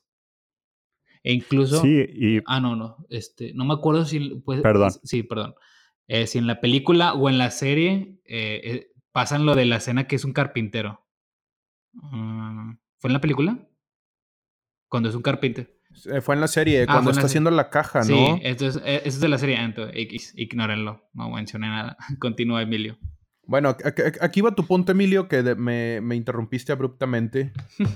E incluso... Sí, y Ah, no, no. Este, no me acuerdo si... Pues, perdón. sí, perdón. Eh, si en la película o en la serie eh, eh, pasan lo de la escena que es un carpintero. Mm, ¿Fue en la película? Cuando es un carpintero. Eh, Fue en la serie, Ah, cuando fue en la está serie. haciendo la caja, Sí, ¿no? entonces, eh, eso es de la serie. Entonces, X, ignórenlo. No mencioné nada. Continúa, Emilio. Bueno, ac- ac- aquí va tu punto, Emilio, que de- me, me interrumpiste abruptamente.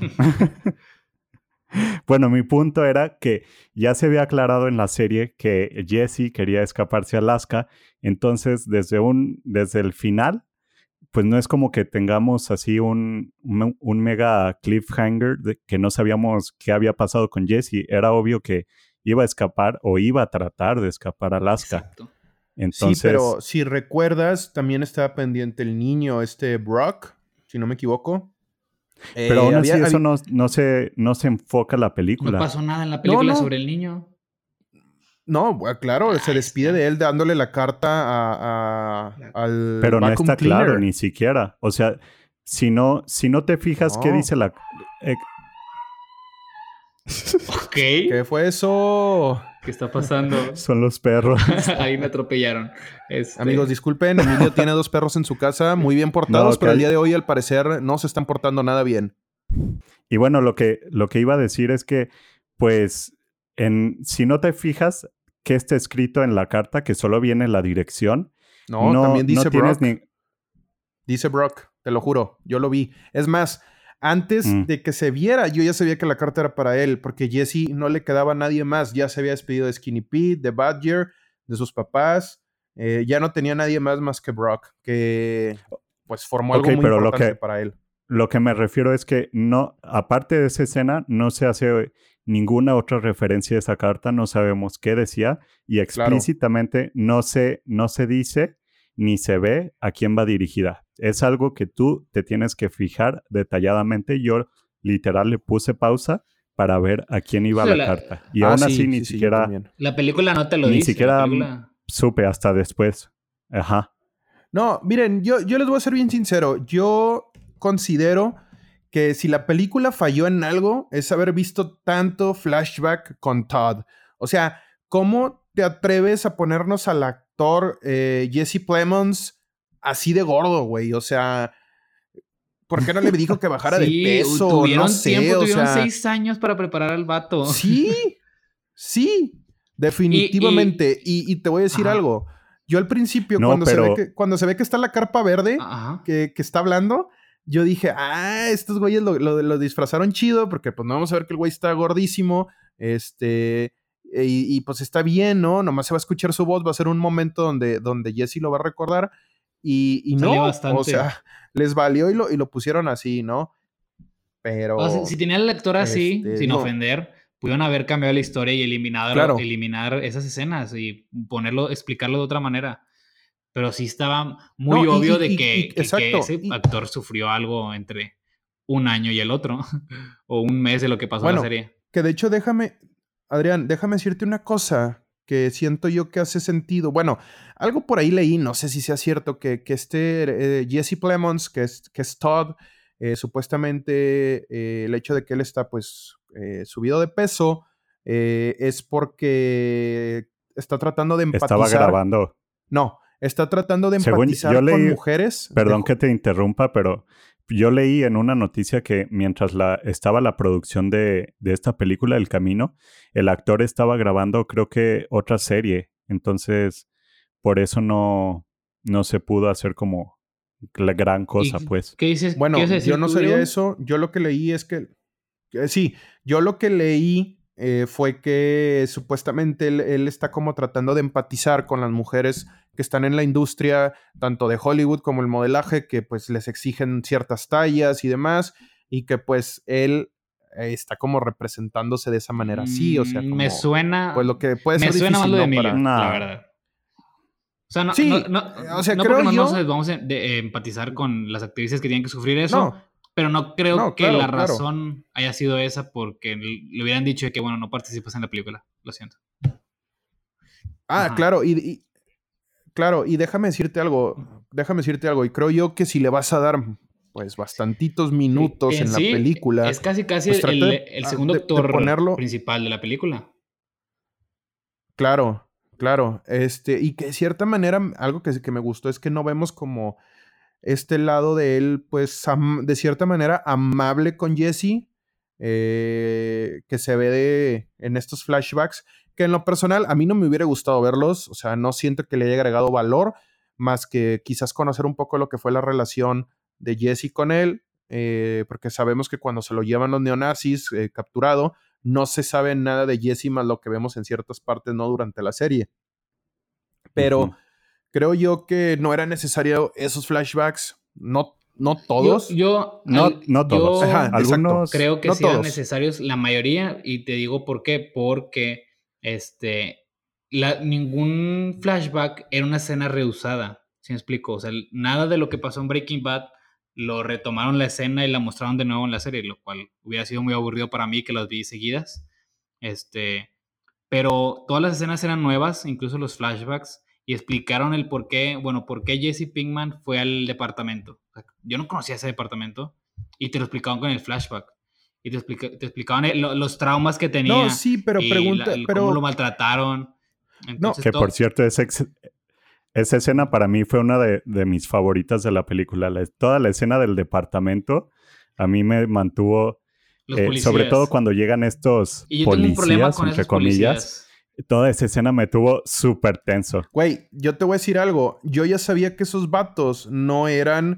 Bueno, mi punto era que ya se había aclarado en la serie que Jesse quería escaparse a Alaska, entonces desde un desde el final, pues no es como que tengamos así un, un, un mega cliffhanger de que no sabíamos qué había pasado con Jesse. Era obvio que iba a escapar o iba a tratar de escapar a Alaska. Exacto. Entonces, Sí, pero si recuerdas, también estaba pendiente el niño, este Brock, si no me equivoco. pero Eh, aún había- así eso había- no, no, se, no se enfoca la No película. pasó nada en la película no. sobre el niño. No, bueno, claro, se Ahí despide está. de él dándole la carta a, a- al Pero no vacuum está claro cleaner. ni siquiera. O sea, si no, si no te fijas qué No. dice la... eh, Ok. ¿Qué, ¿Qué fue eso? está pasando? son los perros. Ahí me atropellaron. Este, Amigos, disculpen, Emilio tiene dos perros en su casa, muy bien portados, No, pero el cal- día de hoy al parecer no se están portando nada bien. Y bueno, lo que, lo que iba a decir es que, pues, en, si no te fijas qué está escrito en la carta, que solo viene la dirección, No, no, también dice no tienes Brock. ni... Dice Brock, te lo juro, yo lo vi. Es más, antes Mm. de que se viera, yo ya sabía que la carta era para él, porque Jesse no le quedaba a nadie más. Ya se había despedido de Skinny Pete, de Badger, de sus papás. Eh, ya no tenía nadie más más que Brock, que pues formó algo Ok, muy pero lo importante que- para él. Lo que me refiero es que no, aparte de esa escena, no se hace ninguna otra referencia a esa carta, no sabemos qué decía y explícitamente no se, no se dice ni se ve a quién va dirigida. Es algo que tú te tienes que fijar detalladamente. Yo literal le puse pausa para ver a quién iba O sea, la, la- carta. Y Ah, aún sí, así ni sí, sí, yo siquiera, también. La película no te lo ni dice. siquiera la película... supe hasta después. Ajá. No, miren, yo, yo les voy a ser bien sincero. Yo considero que si la película falló en algo es haber visto tanto flashback con Todd. O sea, ¿cómo te atreves a ponernos al actor eh, Jesse Plemons así de gordo, güey? O sea, ¿por qué no le dijo que bajara Sí, de peso? tuvieron No sé, tiempo, o tuvieron sea, seis años para preparar al vato. sí, sí, definitivamente. Y, y te voy a decir Ajá. algo. Yo al principio, No, cuando, se ve pero- que, cuando se ve que está la carpa verde, Ajá. que, que está hablando, yo dije, ah, estos güeyes lo, lo, lo disfrazaron chido, porque pues no vamos a ver que el güey está gordísimo, este, y, y, pues está bien, ¿no? Nomás se va a escuchar su voz, va a ser un momento donde, donde Jesse lo va a recordar, y, y Salió no, bastante. o sea, les valió y lo, y lo pusieron así, ¿no? pero... O sea, si tenía el lector así, este, sin digo, ofender, pudieron haber cambiado la historia y eliminado, Claro. eliminar esas escenas y ponerlo, explicarlo de otra manera. Pero sí estaba muy No, y- obvio y- de y- que, y- que- que exacto, ese y- actor sufrió algo entre un año y el otro, o un mes de lo que pasó en la Bueno, serie. que de hecho déjame, Adrián, déjame decirte una cosa que siento yo que hace sentido. Bueno, algo por ahí leí, no sé si sea cierto, que, que este eh, Jesse Plemons, que es, que es Todd, eh, supuestamente eh, el hecho de que él está pues eh, subido de peso eh, es porque está tratando de Estaba empatizar. grabando. No, está tratando de Según empatizar yo con leí, mujeres. perdón de- que te interrumpa, pero yo leí en una noticia que mientras la, estaba la producción de, de esta película, El Camino, el actor estaba grabando creo que otra serie. Entonces, por eso no, no se pudo hacer como la gran cosa, ¿Y pues. qué dices? Bueno, ¿Quieres decir yo no tú, sabía Diego? eso. Yo lo que leí es que, que sí, yo lo que leí eh, fue que supuestamente él, él está como tratando de empatizar con las mujeres que están en la industria, tanto de Hollywood como el modelaje, que pues les exigen ciertas tallas y demás, y que pues él eh, está como representándose de esa manera así, o sea, Mm, como... me suena, Pues lo que puede me ser suena más difícil, lo de ¿no? Emilio, Para... la Nah. verdad. O sea, no, Sí, no, no, eh, o sea, no creo porque no nos yo... vamos a de- eh, empatizar con las actrices que tienen que sufrir eso, No, pero no creo no, que la claro, claro. razón haya sido esa porque le hubieran dicho de que, bueno, no participas en la película. Lo siento. Ah, Ajá. claro, y, y- claro, y déjame decirte algo, déjame decirte algo, y creo yo que si le vas a dar, pues, bastantitos Sí, minutos que en en la sí película, es casi casi pues trata el, de, el ah, segundo de- de actor ponerlo, principal de la película. claro, claro, este, y que de cierta manera, algo que, que me gustó es que no vemos como este lado de él, pues, am- de cierta manera amable con Jesse, eh, que se ve de, en estos flashbacks, que en lo personal a mí no me hubiera gustado verlos, o sea, no siento que le haya agregado valor, más que quizás conocer un poco lo que fue la relación de Jesse con él, eh, porque sabemos que cuando se lo llevan los neonazis eh, capturado, no se sabe nada de Jesse más lo que vemos en ciertas partes, no durante la serie. Pero Ujú. creo yo que no era necesario esos flashbacks, no, no Yo, todos. yo, No, al- no todos. yo Ajá, exacto. Algunos. creo que No sí eran todos. necesarios la mayoría, y te digo por qué, porque este, la, ningún flashback era una escena reusada, ¿sí me explico? O sea, nada de lo que pasó en Breaking Bad lo retomaron la escena y la mostraron de nuevo en la serie, lo cual hubiera sido muy aburrido para mí que las vi seguidas. Este, pero todas las escenas eran nuevas, incluso los flashbacks, y explicaron el por qué, bueno, por qué Jesse Pinkman fue al departamento. O sea, yo no conocía ese departamento y te lo explicaban con el flashback. Y te, explica, te explicaban el, lo, los traumas que tenía No, sí, pero y pregunta, la, el, cómo lo pero maltrataron. no, Entonces, Que por todo, cierto, esa, ex- esa escena para mí fue una de, de mis favoritas de la película. La- toda la escena del departamento a mí me mantuvo, los eh, sobre todo policías. cuando llegan estos Y yo tengo un problema policías, con entre esos comillas. policías. Toda esa escena me tuvo súper tenso. güey, yo te voy a decir algo. Yo ya sabía que esos vatos no eran,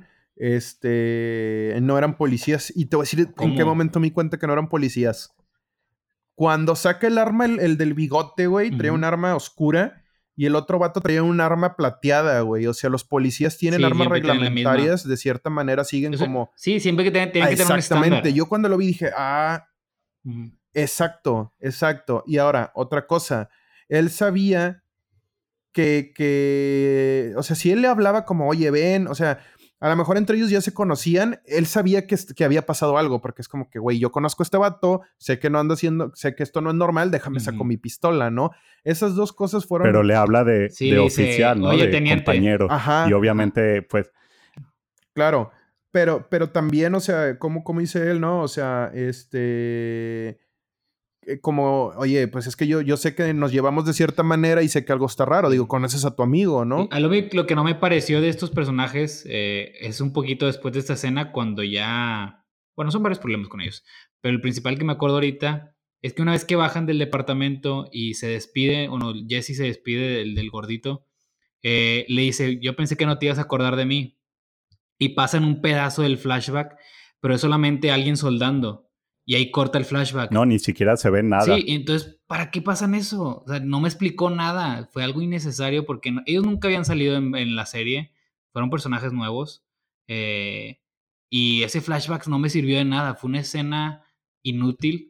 este, no eran policías. Y te voy a decir en qué ¿Cómo? momento me di cuenta que no eran policías. Cuando saca el arma, el, el del bigote, güey, traía Ujú. un arma oscura. Y el otro vato traía un arma plateada, güey. O sea, los policías tienen Sí, armas siempre tienen la misma. reglamentarias. De cierta manera siguen Eso- como... sí, siempre que tienen, tienen Ah, que tener un exactamente. estándar. Yo cuando lo vi dije, ah, Ujú. exacto, exacto. Y ahora, otra cosa. Él sabía que, que, o sea, si él le hablaba como, oye, ven, o sea, a lo mejor entre ellos ya se conocían, él sabía que, est- que había pasado algo, porque es como que, güey, yo conozco a este vato, sé que no anda haciendo, sé que esto no es normal, déjame saco Ujú. mi pistola, ¿no? Esas dos cosas fueron... Pero le habla de, Sí, de le dice, oficial, ¿no? "Oye, De teniente". compañero. Ajá, Y obviamente, pues, claro, pero, pero también, o sea, como, como dice él, ¿no? O sea, este... eh, como, oye, pues es que yo, yo sé que nos llevamos de cierta manera y sé que algo está raro. Sí. Digo, conoces a tu amigo, Sí, ¿no? a lo, mi- lo que no me pareció de estos personajes eh, es un poquito después de esta escena cuando ya... Bueno, son varios problemas con ellos, pero el principal que me acuerdo ahorita es que una vez que bajan del departamento y se despide, o no, Jesse se despide del, del gordito, eh, le dice, yo pensé que no te ibas a acordar de mí. Y pasan un pedazo del flashback, pero es solamente alguien soldando. Y ahí corta el flashback. no, ni siquiera se ve nada. Sí, entonces, ¿para qué pasan eso? O sea, no me explicó nada. Fue algo innecesario porque no- ellos nunca habían salido en, en la serie. Fueron personajes nuevos. Eh, Y ese flashback no me sirvió de nada, fue una escena inútil.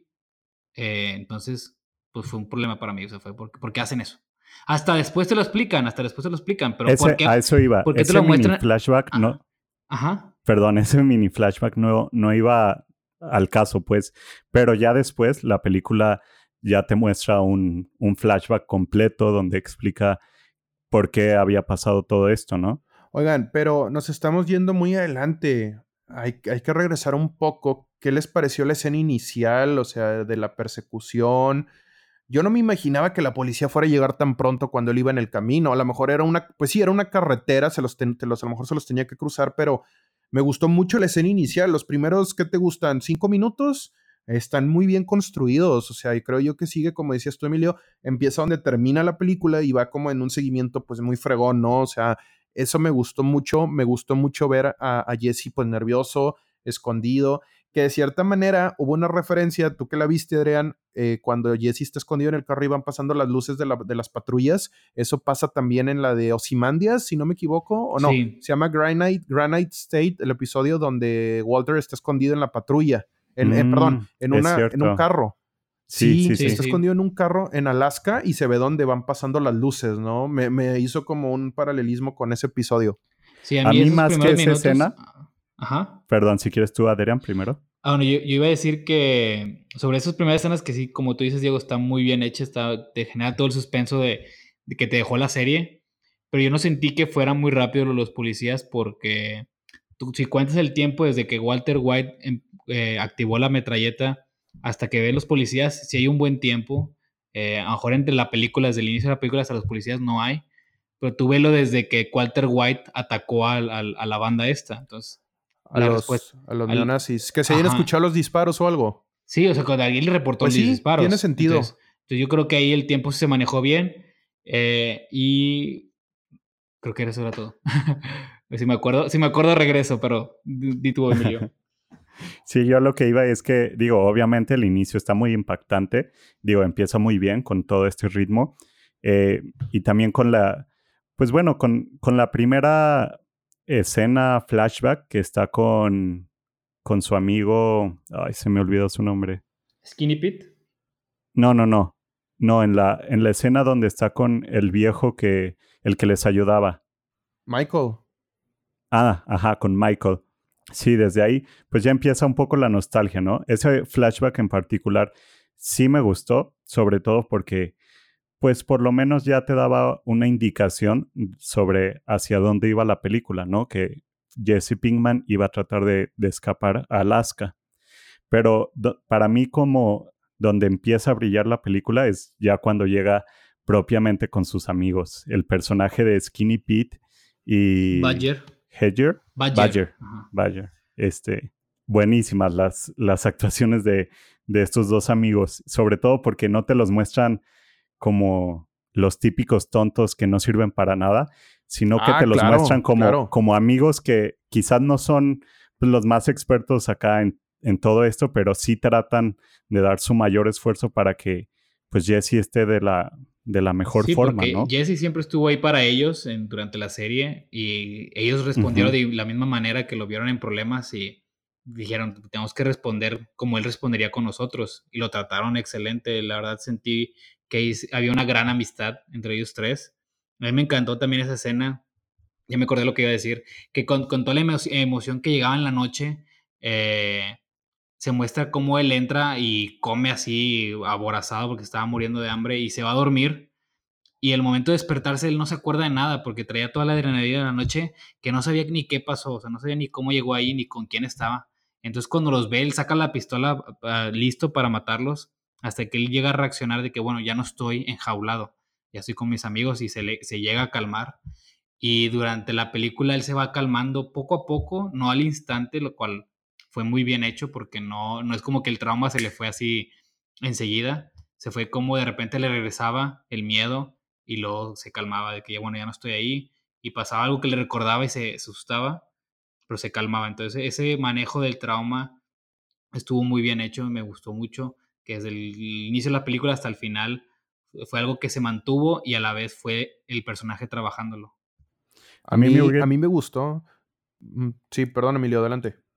Eh, entonces, pues fue un problema para mí. O sea, fue porque, ¿por qué hacen eso? Hasta después te lo explican, hasta después te lo explican, pero ¿por Ese, qué, a eso iba. por qué te Ese lo mini muestran? flashback Ajá. no, Ajá. perdón, ese mini flashback no, no iba al caso, pues. Pero ya después la película ya te muestra un, un flashback completo donde explica por qué había pasado todo esto, ¿no? Oigan, pero nos estamos yendo muy adelante. Hay, hay que regresar un poco. ¿Qué les pareció la escena inicial? O sea, de la persecución. Yo no me imaginaba que la policía fuera a llegar tan pronto cuando él iba en el camino. A lo mejor era una, pues sí, era una carretera, se los, ten, los a lo mejor se los tenía que cruzar, pero me gustó mucho la escena inicial. Los primeros, ¿qué te gustan? ¿Cinco minutos? Están muy bien construidos. O sea, y creo yo que sigue, como decías tú, Emilio, empieza donde termina la película y va como en un seguimiento, pues muy fregón, ¿no? O sea, eso me gustó mucho. Me gustó mucho ver a, a Jesse, pues nervioso, escondido, que de cierta manera hubo una referencia, tú que la viste, Adrián, eh, cuando Jesse está escondido en el carro y van pasando las luces de, la, de las patrullas, eso pasa también en la de Ozymandias, si no me equivoco, o no, Sí. se llama Granite, Granite State, el episodio donde Walter está escondido en la patrulla, en, Mm, eh, perdón, en, es una, en un cierto. carro. Sí, Sí, sí, Sí, sí. está sí. escondido en un carro en Alaska y se ve donde van pasando las luces, ¿no? Me, me hizo como un paralelismo con ese episodio. Sí, a A mí mí esos más que primeros esa minutos. escena, Ajá. perdón, si quieres tú, Adrián, primero. Ah, bueno, yo, yo iba a decir que sobre esas primeras escenas que sí, como tú dices, Diego, está muy bien hecha, está, te genera todo el suspenso de, de que te dejó la serie, pero yo no sentí que fueran muy rápido los policías porque tú, si cuentas el tiempo desde que Walter White em, eh, activó la metralleta hasta que ve los policías, sí hay un buen tiempo. Eh, a lo mejor entre la película, desde el inicio de la película hasta los policías no hay, pero tú velo desde que Walter White atacó al, al, a la banda esta. Entonces, A la respuesta... los, a los Al, neonazis. Que se hayan ajá. escuchado los disparos o algo. Sí, o sea, cuando alguien le reportó Pues los sí, tiene disparos. Entonces, sentido. entonces yo creo que ahí el tiempo se manejó bien. Eh, y creo que eso era todo. si me acuerdo, si me acuerdo regreso, pero di, di tú, Emilio. Sí, yo lo que iba es que, digo, obviamente el inicio está muy impactante, digo, empieza muy bien con todo este ritmo eh, y también con la, pues bueno, con, con la primera escena flashback que está con, con su amigo, ay, se me olvidó su nombre. Skinny Pete. No, no, no, no, en la, en la escena donde está con el viejo que, el que les ayudaba. Michael. Ah, ajá, con Michael. Sí, desde ahí, pues ya empieza un poco la nostalgia, ¿no? Ese flashback en particular sí me gustó, sobre todo porque, pues por lo menos ya te daba una indicación sobre hacia dónde iba la película, ¿no? Que Jesse Pinkman iba a tratar de, de escapar a Alaska. Pero do, para mí como donde empieza a brillar la película es ya cuando llega propiamente con sus amigos. El personaje de Skinny Pete y Badger. Hedger. Badger. Badger. Ajá. Badger. Este, buenísimas las, las actuaciones de, de estos dos amigos, sobre todo porque no te los muestran como los típicos tontos que no sirven para nada, sino que Ah, te los claro, muestran como, claro. como amigos que quizás no son pues, los más expertos acá en, en todo esto, pero sí tratan de dar su mayor esfuerzo para que pues Jesse esté de la, de la mejor Sí, forma, porque ¿no? Jesse siempre estuvo ahí para ellos en, durante la serie y ellos respondieron Uh-huh. de la misma manera que lo vieron en problemas y dijeron, tenemos que responder como él respondería con nosotros y lo trataron excelente. La verdad sentí que había una gran amistad entre ellos tres. A mí me encantó también esa escena. Ya me acordé lo que iba a decir, que con, con toda la emo emoción que llegaba en la noche, eh, se muestra cómo él entra y come así aborazado porque estaba muriendo de hambre y se va a dormir. Y el momento de despertarse, él no se acuerda de nada porque traía toda la adrenalina de la noche que no sabía ni qué pasó, o sea, no sabía ni cómo llegó ahí ni con quién estaba. Entonces, cuando los ve, él saca la pistola uh, listo para matarlos hasta que él llega a reaccionar de que, bueno, ya no estoy enjaulado, ya estoy con mis amigos y se, le, se llega a calmar. Y durante la película él se va calmando poco a poco, no al instante, lo cual fue muy bien hecho porque no, no es como que el trauma se le fue así enseguida, se fue como de repente le regresaba el miedo y luego se calmaba de que ya, bueno, ya no estoy ahí y pasaba algo que le recordaba y se asustaba, pero se calmaba. Entonces ese manejo del trauma estuvo muy bien hecho, me gustó mucho, que desde el inicio de la película hasta el final fue algo que se mantuvo y a la vez fue el personaje trabajándolo. A A mí me mí, a hubiera, mí me gustó. Mm, Sí, perdón, Emilio, adelante.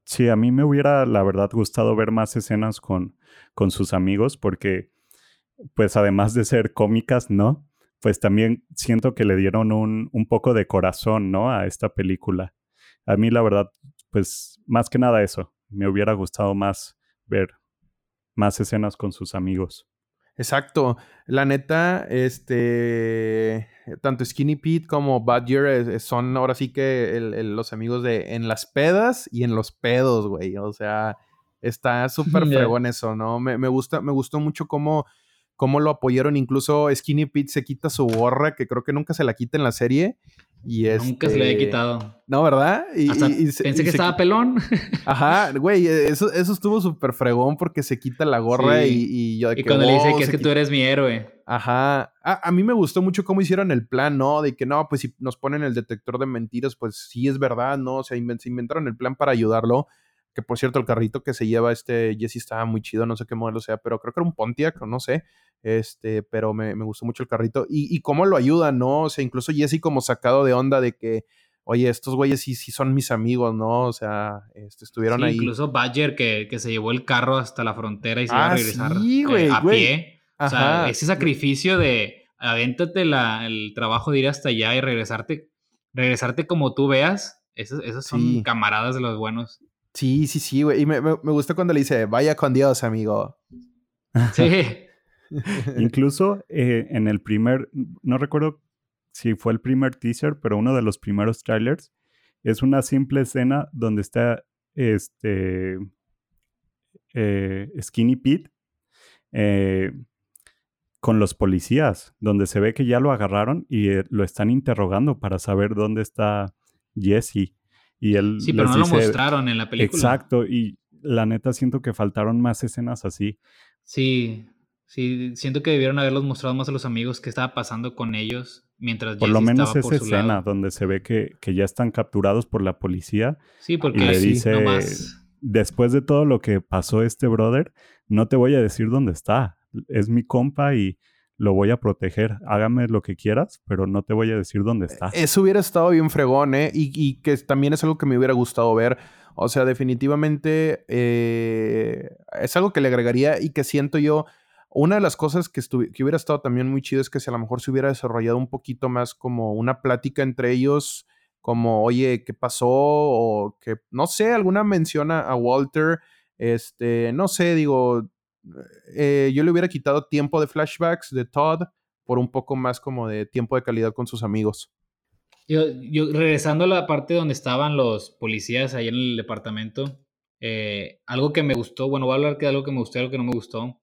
Sí, a mí me hubiera, la verdad, gustado ver más escenas con, con sus amigos porque, pues además de ser cómicas, ¿no? Pues también siento que le dieron un, un poco de corazón, ¿no? A esta película. A mí, la verdad, pues más que nada eso. Me hubiera gustado más ver más escenas con sus amigos. Exacto. La neta, este, tanto Skinny Pete como Badger eh, son ahora sí que el, el, los amigos de en las pedas y en los pedos, güey. O sea, está súper fregón eso, ¿no? Me, me, gusta, me gustó mucho cómo, cómo lo apoyaron. Incluso Skinny Pete se quita su gorra, que creo que nunca se la quita en la serie. Y Nunca este... se le había quitado. No, ¿verdad? Y, Hasta y, y, pensé y que se... estaba pelón. Ajá, güey, eso, eso estuvo súper fregón porque se quita la gorra sí. y, y yo de y que, cuando wow, le dice que es que quita... tú eres mi héroe. Ajá. A, a mí me gustó mucho cómo hicieron el plan, ¿no? De que no, pues si nos ponen el detector de mentiras, pues sí es verdad, ¿no? O sea, invent, se inventaron el plan para ayudarlo. Que por cierto, el carrito que se lleva este Jesse estaba muy chido, no sé qué modelo sea, pero creo que era un Pontiac, no sé. Este, pero me, me gustó mucho el carrito. Y, y cómo lo ayudan, ¿no? O sea, incluso Jesse como sacado de onda de que, oye, estos güeyes sí, sí son mis amigos, ¿no? O sea, este, estuvieron sí, ahí. Incluso Badger que, que se llevó el carro hasta la frontera y se iba Ah, a regresar sí, eh, güey, a güey. pie. O sea, Ajá. ese sacrificio de avéntate la, el trabajo de ir hasta allá y regresarte, regresarte como tú veas, esos, esos son Sí. camaradas de los buenos. Sí, sí, sí, güey. Y me, me, me gusta cuando le dice, vaya con Dios, amigo. Sí. Incluso eh, en el primer, no recuerdo si fue el primer teaser, pero uno de los primeros trailers, es una simple escena donde está este eh, Skinny Pete eh, con los policías, donde se ve que ya lo agarraron y eh, lo están interrogando para saber dónde está Jesse. Y él Sí, pero les no lo dice, mostraron en la película. exacto, y la neta siento que faltaron más escenas así. Sí, sí, siento que debieron haberlos mostrado más a los amigos qué estaba pasando con ellos mientras Por lo Jesse menos estaba por esa su escena lado. donde se ve que, que ya están capturados por la policía Sí, y porque Ah, le sí. dice, nomás... después de todo lo que pasó este brother, no te voy a decir dónde está. Es mi compa y lo voy a proteger. Hágame lo que quieras, pero no te voy a decir dónde está. Eso hubiera estado bien fregón, ¿eh? Y, y que también es algo que me hubiera gustado ver. O sea, definitivamente eh, es algo que le agregaría y que siento yo. Una de las cosas que, que hubiera estado también muy chido es que si a lo mejor se hubiera desarrollado un poquito más como una plática entre ellos, como, oye, ¿qué pasó? O que, no sé, alguna mención a, a Walter. Este, no sé, digo, eh, yo le hubiera quitado tiempo de flashbacks de Todd por un poco más como de tiempo de calidad con sus amigos. Yo, yo regresando a la parte donde estaban los policías ahí en el departamento, eh, algo que me gustó, bueno, voy a hablar de algo que me gustó y algo que no me gustó.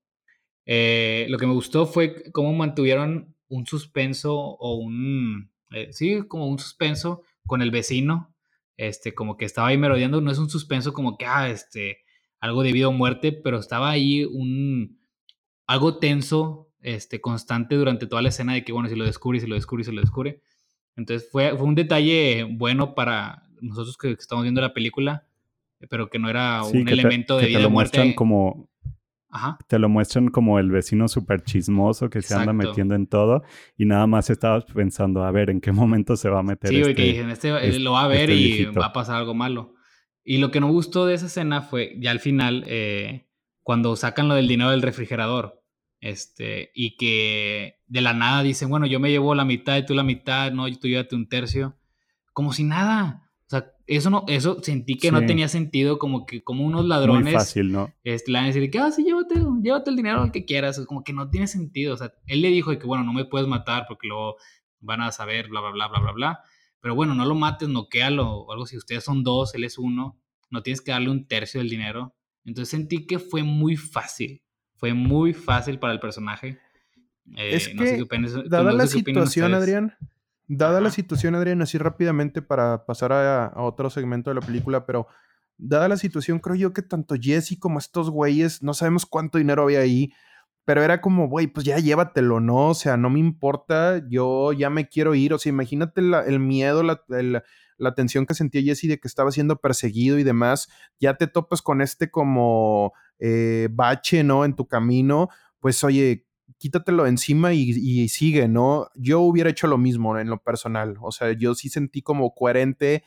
Eh, lo que me gustó fue cómo mantuvieron un suspenso o un, eh, sí, como un suspenso con el vecino, este, como que estaba ahí merodeando, no es un suspenso como que, ah, este, algo de vida o muerte, pero estaba ahí un, algo tenso, este, constante durante toda la escena de que, bueno, si lo descubre, si lo descubre, si lo descubre. Entonces fue, fue un detalle bueno para nosotros que, que estamos viendo la película, pero que no era Sí, un que te, elemento de que te vida lo o muestran muerte. como... Ajá. Te lo muestran como el vecino súper chismoso que se anda Exacto. metiendo en todo y nada más estabas pensando, a ver, ¿en qué momento se va a meter Sí, güey, este, que dije, este, este, lo va a ver este y viejito? va a pasar algo malo. Y lo que no me gustó de esa escena fue ya al final, eh, cuando sacan lo del dinero del refrigerador, este, y que de la nada dicen, bueno, yo me llevo la mitad y tú la mitad, no, tú llévate un tercio, como si nada. O sea, eso no, eso sentí que Sí, no tenía sentido, como que como unos muy ladrones fácil, ¿no? este, le van a decir que, ah, sí, llévate, llévate el dinero al que quieras. Como que no tiene sentido. O sea, él le dijo de que, bueno, no me puedes matar porque luego van a saber, bla, bla, bla, bla, bla, bla. Pero bueno, no lo mates, noquéalo o algo. Si ustedes son dos, él es uno, no tienes que darle un tercio del dinero. Entonces sentí que fue muy fácil. Fue muy fácil para el personaje. Es Eh, no sé qué que, opinan, dada no la sé qué opinan situación, ustedes. Adrián, dada Ajá. la situación, Adrián, así rápidamente para pasar a, a otro segmento de la película, pero dada la situación, creo yo que tanto Jesse como estos güeyes, no sabemos cuánto dinero había ahí, pero era como, güey, pues ya llévatelo, ¿no? O sea, no me importa, yo ya me quiero ir. O sea, imagínate la, el miedo, la, el, la tensión que sentía Jesse de que estaba siendo perseguido y demás. Ya te topas con este como eh, bache, ¿no? En tu camino. Pues, oye, quítatelo encima y, y sigue, ¿no? Yo hubiera hecho lo mismo en lo personal. O sea, yo sí sentí como coherente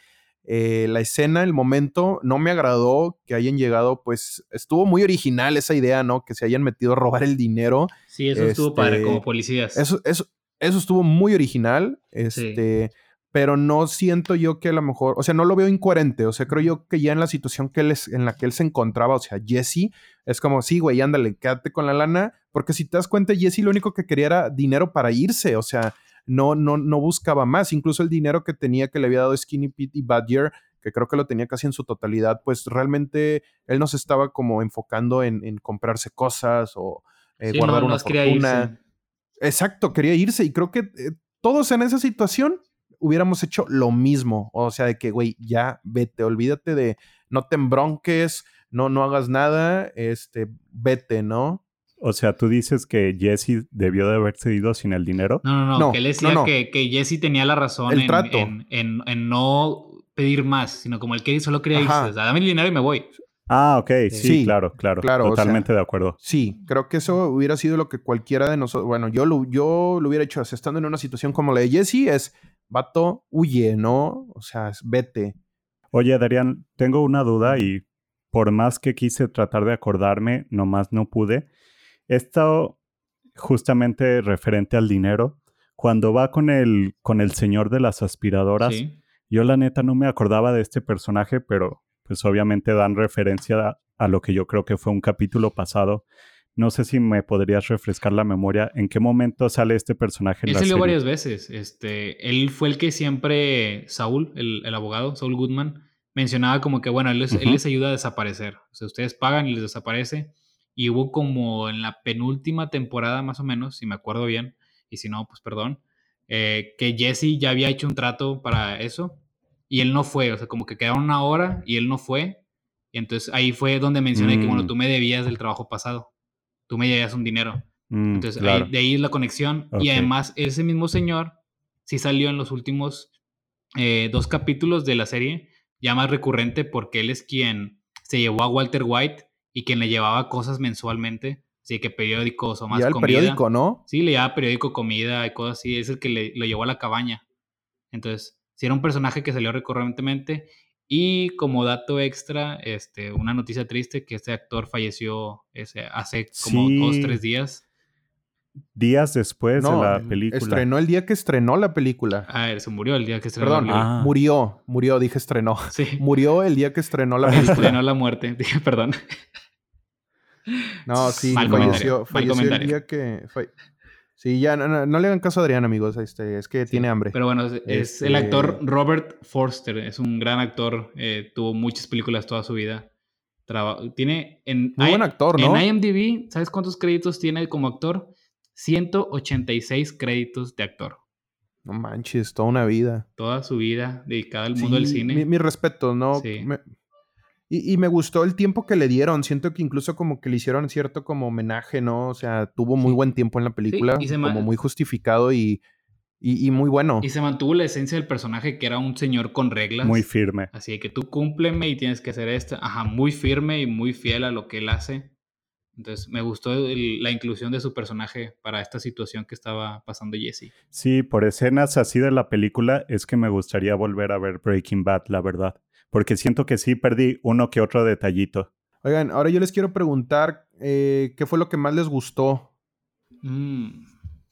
Eh, la escena, el momento, no me agradó que hayan llegado, pues estuvo muy original esa idea, ¿no? Que se hayan metido a robar el dinero. Sí, eso este, estuvo padre, como policías. Eso, eso, eso estuvo muy original, este, sí. Pero no siento yo que a lo mejor, o sea, no lo veo incoherente, o sea, creo yo que ya en la situación que él es, en la que él se encontraba, o sea, Jesse, es como, sí, güey, ándale, quédate con la lana, porque si te das cuenta, Jesse lo único que quería era dinero para irse, o sea, no, no, no buscaba más, incluso el dinero que tenía que le había dado Skinny Pete y Badger, que creo que lo tenía casi en su totalidad, pues realmente él no se estaba como enfocando en, en comprarse cosas o eh, sí, guardar no, una no fortuna. Exacto, quería irse y creo que eh, todos en esa situación hubiéramos hecho lo mismo, o sea, de que, güey, ya vete, olvídate de, no te embronques, no, no hagas nada, este, vete, ¿no? O sea, ¿tú dices que Jesse debió de haberse ido sin el dinero? No, no, no, no que él decía no, no. Que, que Jesse tenía la razón el en, trato. En, en, en no pedir más, sino como el que solo quería irse, o sea, dame el dinero y me voy. Ah, ok, sí, sí claro, claro, claro, totalmente o sea, de acuerdo. Sí, creo que eso hubiera sido lo que cualquiera de nosotros, bueno, yo lo, yo lo hubiera hecho, o sea, estando en una situación como la de Jesse, es, vato, huye, ¿no? O sea, es, vete. Oye, Adrián, tengo una duda y por más que quise tratar de acordarme, nomás no pude. Esto justamente referente al dinero, cuando va con el, con el señor de las aspiradoras, sí. Yo la neta no me acordaba de este personaje, pero pues obviamente dan referencia a, a lo que yo creo que fue un capítulo pasado. No sé si me podrías refrescar la memoria. ¿En qué momento sale este personaje en él la salió serie? varias veces. Este, él fue el que siempre, Saul, el, el abogado, Saul Goodman, mencionaba como que, bueno, él les, uh-huh. él les ayuda a desaparecer. O sea, ustedes pagan y les desaparece. Y hubo como en la penúltima temporada, más o menos, si me acuerdo bien, y si no, pues perdón, eh, que Jesse ya había hecho un trato para eso y él no fue. O sea, como que quedaron una hora y él no fue. Y entonces ahí fue donde mencioné mm. que, bueno, tú me debías del trabajo pasado. Tú me debías un dinero. Mm, entonces, claro. ahí, de ahí es la conexión. Okay. Y además, ese mismo señor sí salió en los últimos eh, dos capítulos de la serie, ya más recurrente, porque él es quien se llevó a Walter White y quien le llevaba cosas mensualmente, así que periódicos o más ya el comida. periódico, ¿no? Sí, le llevaba periódico, comida y cosas así. Es el que le, lo llevó a la cabaña. Entonces, sí era un personaje que salió recurrentemente. Y como dato extra, este, una noticia triste, que este actor falleció ese, hace como sí. dos, tres días. Días después no, de la película. Estrenó el día que estrenó la película. Ah, se murió el día que estrenó Perdón, la película. Ah. murió, murió, dije estrenó. Sí. Murió el día que estrenó la película. Estrenó la muerte, dije perdón. No, sí, mal falleció, comentario, falleció mal el día que... Fue... Sí, ya, no, no, no le hagan caso a Adrián, amigos, este, es que sí, tiene hambre. Pero bueno, es, este... es el actor Robert Forster, es un gran actor, eh, tuvo muchas películas toda su vida. Traba... Tiene en, Muy buen actor, ¿no? En I M D B, ¿sabes cuántos créditos tiene como actor? ciento ochenta y seis créditos de actor. No manches, toda una vida. Toda su vida dedicada al sí, mundo del cine. Mi, mi respeto, ¿no? Sí. Me... Y, y me gustó el tiempo que le dieron. Siento que incluso como que le hicieron cierto como homenaje, ¿no? O sea, tuvo muy sí. buen tiempo en la película. Sí, como man... muy justificado y, y, y muy bueno. Y se mantuvo la esencia del personaje, que era un señor con reglas. Muy firme. Así que tú cúmpleme y tienes que hacer esto. Ajá, muy firme y muy fiel a lo que él hace. Entonces me gustó el, la inclusión de su personaje para esta situación que estaba pasando Jesse. Sí, por escenas así de la película es que me gustaría volver a ver Breaking Bad, la verdad. Porque siento que sí perdí uno que otro detallito. Oigan, ahora yo les quiero preguntar eh, ¿qué fue lo que más les gustó? Mm.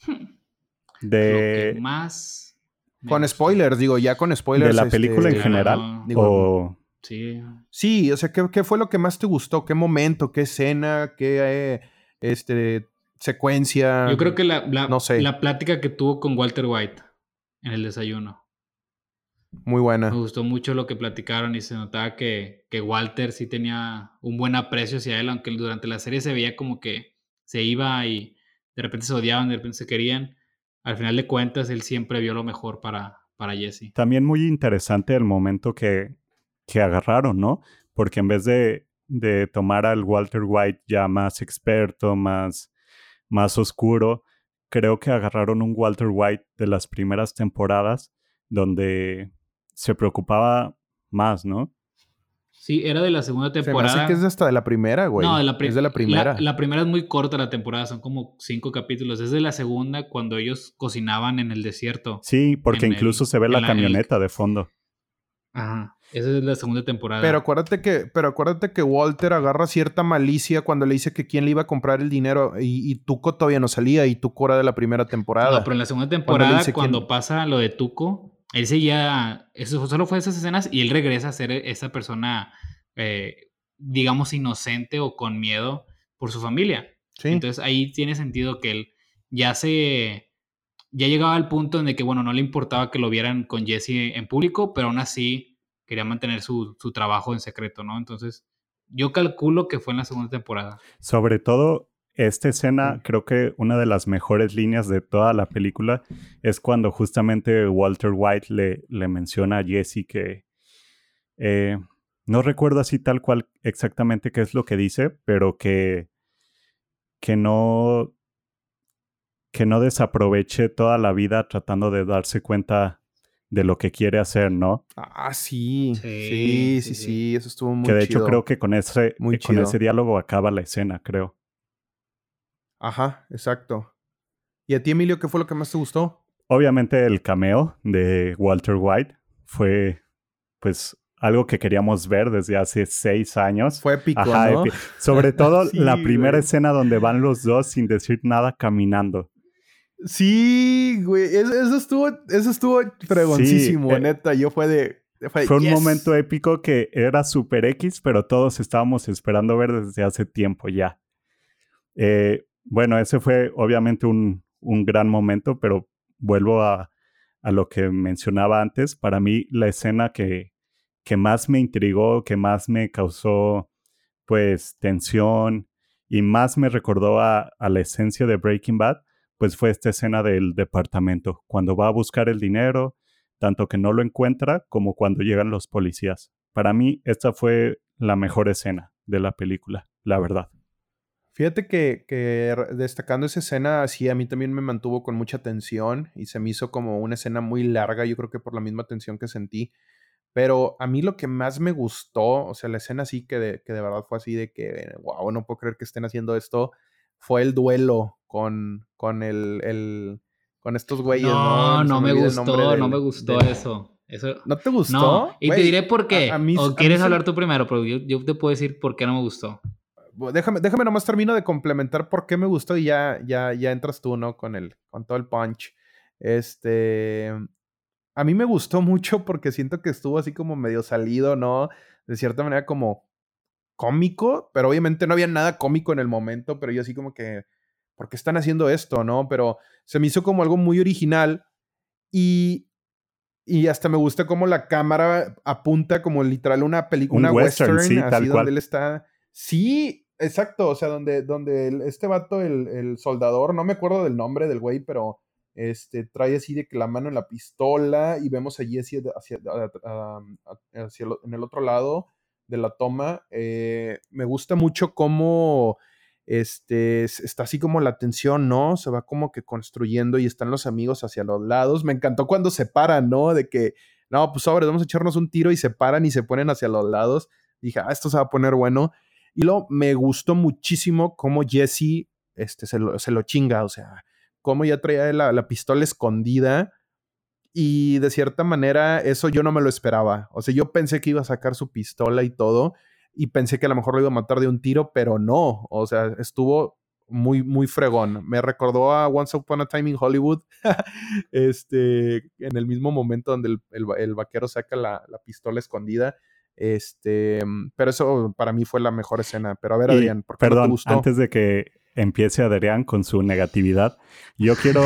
De... Lo que más... Con spoilers, digo, ya con spoilers. ¿De la película este... en general? No, digo, o... Sí. Sí, o sea, ¿qué, ¿qué fue lo que más te gustó? ¿Qué momento? ¿Qué escena? ¿Qué eh, este, secuencia? Yo creo que la, la, no sé. la plática que tuvo con Walter White en el desayuno. Muy buena. Me gustó mucho lo que platicaron y se notaba que, que Walter sí tenía un buen aprecio hacia él, aunque durante la serie se veía como que se iba y de repente se odiaban, de repente se querían. Al final de cuentas, él siempre vio lo mejor para, para Jesse. También muy interesante el momento que, que agarraron, ¿no? Porque en vez de, de tomar al Walter White ya más experto, más, más oscuro, creo que agarraron un Walter White de las primeras temporadas donde se preocupaba más, ¿no? Sí, era de la segunda temporada. Se me hace que es hasta de la primera, güey. No, de la pri- es de la primera. La, la primera es muy corta la temporada, son como cinco capítulos. Es de la segunda cuando ellos cocinaban en el desierto. Sí, porque incluso el, se ve la la, camioneta el... de fondo. Ajá. Esa es la segunda temporada. Pero acuérdate que, pero acuérdate que Walter agarra cierta malicia cuando le dice que quién le iba a comprar el dinero y, y Tuco todavía no salía y Tuco era de la primera temporada. No, pero en la segunda temporada, cuando, cuando quién... pasa lo de Tuco, él seguía, eso solo fue esas escenas y él regresa a ser esa persona, eh, digamos, inocente o con miedo por su familia. Sí. Entonces ahí tiene sentido que él ya se, ya llegaba al punto en el que, bueno, no le importaba que lo vieran con Jesse en público, pero aún así quería mantener su, su trabajo en secreto, ¿no? Entonces, yo calculo que fue en la segunda temporada. Sobre todo, esta escena, sí. creo que una de las mejores líneas de toda la película es cuando justamente Walter White le, le menciona a Jesse que... Eh, no recuerdo así tal cual exactamente qué es lo que dice, pero que, que no... que no desaproveche toda la vida tratando de darse cuenta de lo que quiere hacer, ¿no? Ah, sí. Sí, sí, sí, sí. sí. Eso estuvo muy chido. Que de chido. hecho creo que con ese, muy con ese diálogo acaba la escena, creo. Ajá, exacto. ¿Y a ti, Emilio, qué fue lo que más te gustó? Obviamente el cameo de Walter White fue, pues, algo que queríamos ver desde hace seis años. Fue épico, Ajá, ¿no? Épico. Sobre todo sí, la primera güey. escena donde van los dos sin decir nada caminando. Sí, güey, eso, eso estuvo, eso estuvo fregoncísimo, sí, eh, neta, yo fue de... Fue, fue un yes. momento épico que era super X, pero todos estábamos esperando ver desde hace tiempo ya. Eh, bueno, ese fue obviamente un, un gran momento, pero vuelvo a, a lo que mencionaba antes. Para mí, la escena que, que más me intrigó, que más me causó, pues, tensión y más me recordó a, a la esencia de Breaking Bad, pues fue esta escena del departamento, cuando va a buscar el dinero, tanto que no lo encuentra como cuando llegan los policías. Para mí, esta fue la mejor escena de la película, la verdad. Fíjate que, que destacando esa escena, sí, a mí también me mantuvo con mucha tensión y se me hizo como una escena muy larga, yo creo que por la misma tensión que sentí. Pero a mí lo que más me gustó, o sea, la escena sí que de, que de verdad fue así de que, wow, no puedo creer que estén haciendo esto, fue el duelo con, con el, el con estos güeyes, ¿no? No, no me, me gustó, del, no me gustó del... eso. eso. ¿No te gustó? No, y Güey, te diré por qué. A, a mí, o quieres a mí hablar se... tú primero, pero yo, yo te puedo decir por qué no me gustó. Déjame, déjame nomás termino de complementar por qué me gustó y ya, ya, ya entras tú, ¿no? Con, el, con todo el punch. Este... A mí me gustó mucho porque siento que estuvo así como medio salido, ¿no? De cierta manera como cómico, pero obviamente no había nada cómico en el momento, pero yo así como que, ¿por qué están haciendo esto, no? Pero se me hizo como algo muy original y, y hasta me gusta como la cámara apunta como literal una película, una Un western, western, sí, así tal donde cual. él está. Sí, exacto, o sea, donde, donde el, este vato, el, el soldador, no me acuerdo del nombre del güey, pero... Este, trae así de que la mano en la pistola y vemos a Jesse hacia, hacia, hacia lo, en el otro lado de la toma. Eh, me gusta mucho cómo este, está así como la tensión, ¿no? Se va como que construyendo y están los amigos hacia los lados. Me encantó cuando se paran, ¿no? De que, no, pues sobre, vamos a echarnos un tiro y se paran y se ponen hacia los lados. Dije, ah, esto se va a poner bueno. Y luego me gustó muchísimo cómo Jesse este, se, lo, se lo chinga, o sea... Cómo ya traía la, la pistola escondida y de cierta manera eso yo no me lo esperaba. O sea, yo pensé que iba a sacar su pistola y todo y pensé que a lo mejor lo iba a matar de un tiro, pero no. O sea, estuvo muy, muy fregón. Me recordó a Once Upon a Time in Hollywood, este, en el mismo momento donde el, el, el vaquero saca la, la pistola escondida. Este, pero eso para mí fue la mejor escena. Pero a ver, y, Adrián, ¿por qué perdón, no te gustó? Antes de que empiece Adrián con su negatividad, yo quiero...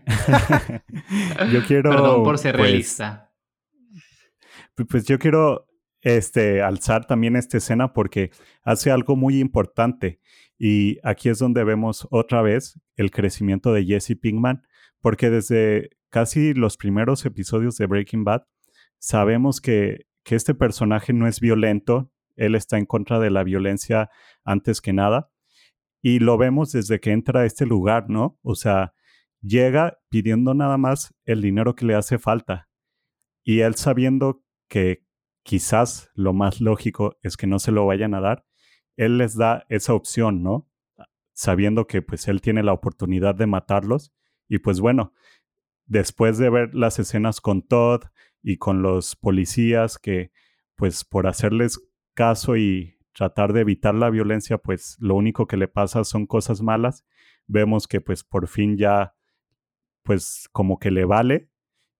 yo quiero... Perdón por ser pues, realista. Pues yo quiero este, alzar también esta escena porque hace algo muy importante. Y aquí es donde vemos otra vez el crecimiento de Jesse Pinkman, porque desde casi los primeros episodios de Breaking Bad sabemos que, que este personaje no es violento, él está en contra de la violencia antes que nada, y lo vemos desde que entra a este lugar, ¿no? O sea, llega pidiendo nada más el dinero que le hace falta, y él sabiendo que quizás lo más lógico es que no se lo vayan a dar, él les da esa opción, ¿no? Sabiendo que pues él tiene la oportunidad de matarlos. Y pues bueno, después de ver las escenas con Todd y con los policías que pues por hacerles caso y tratar de evitar la violencia, pues lo único que le pasa son cosas malas. Vemos que pues por fin ya, pues como que le vale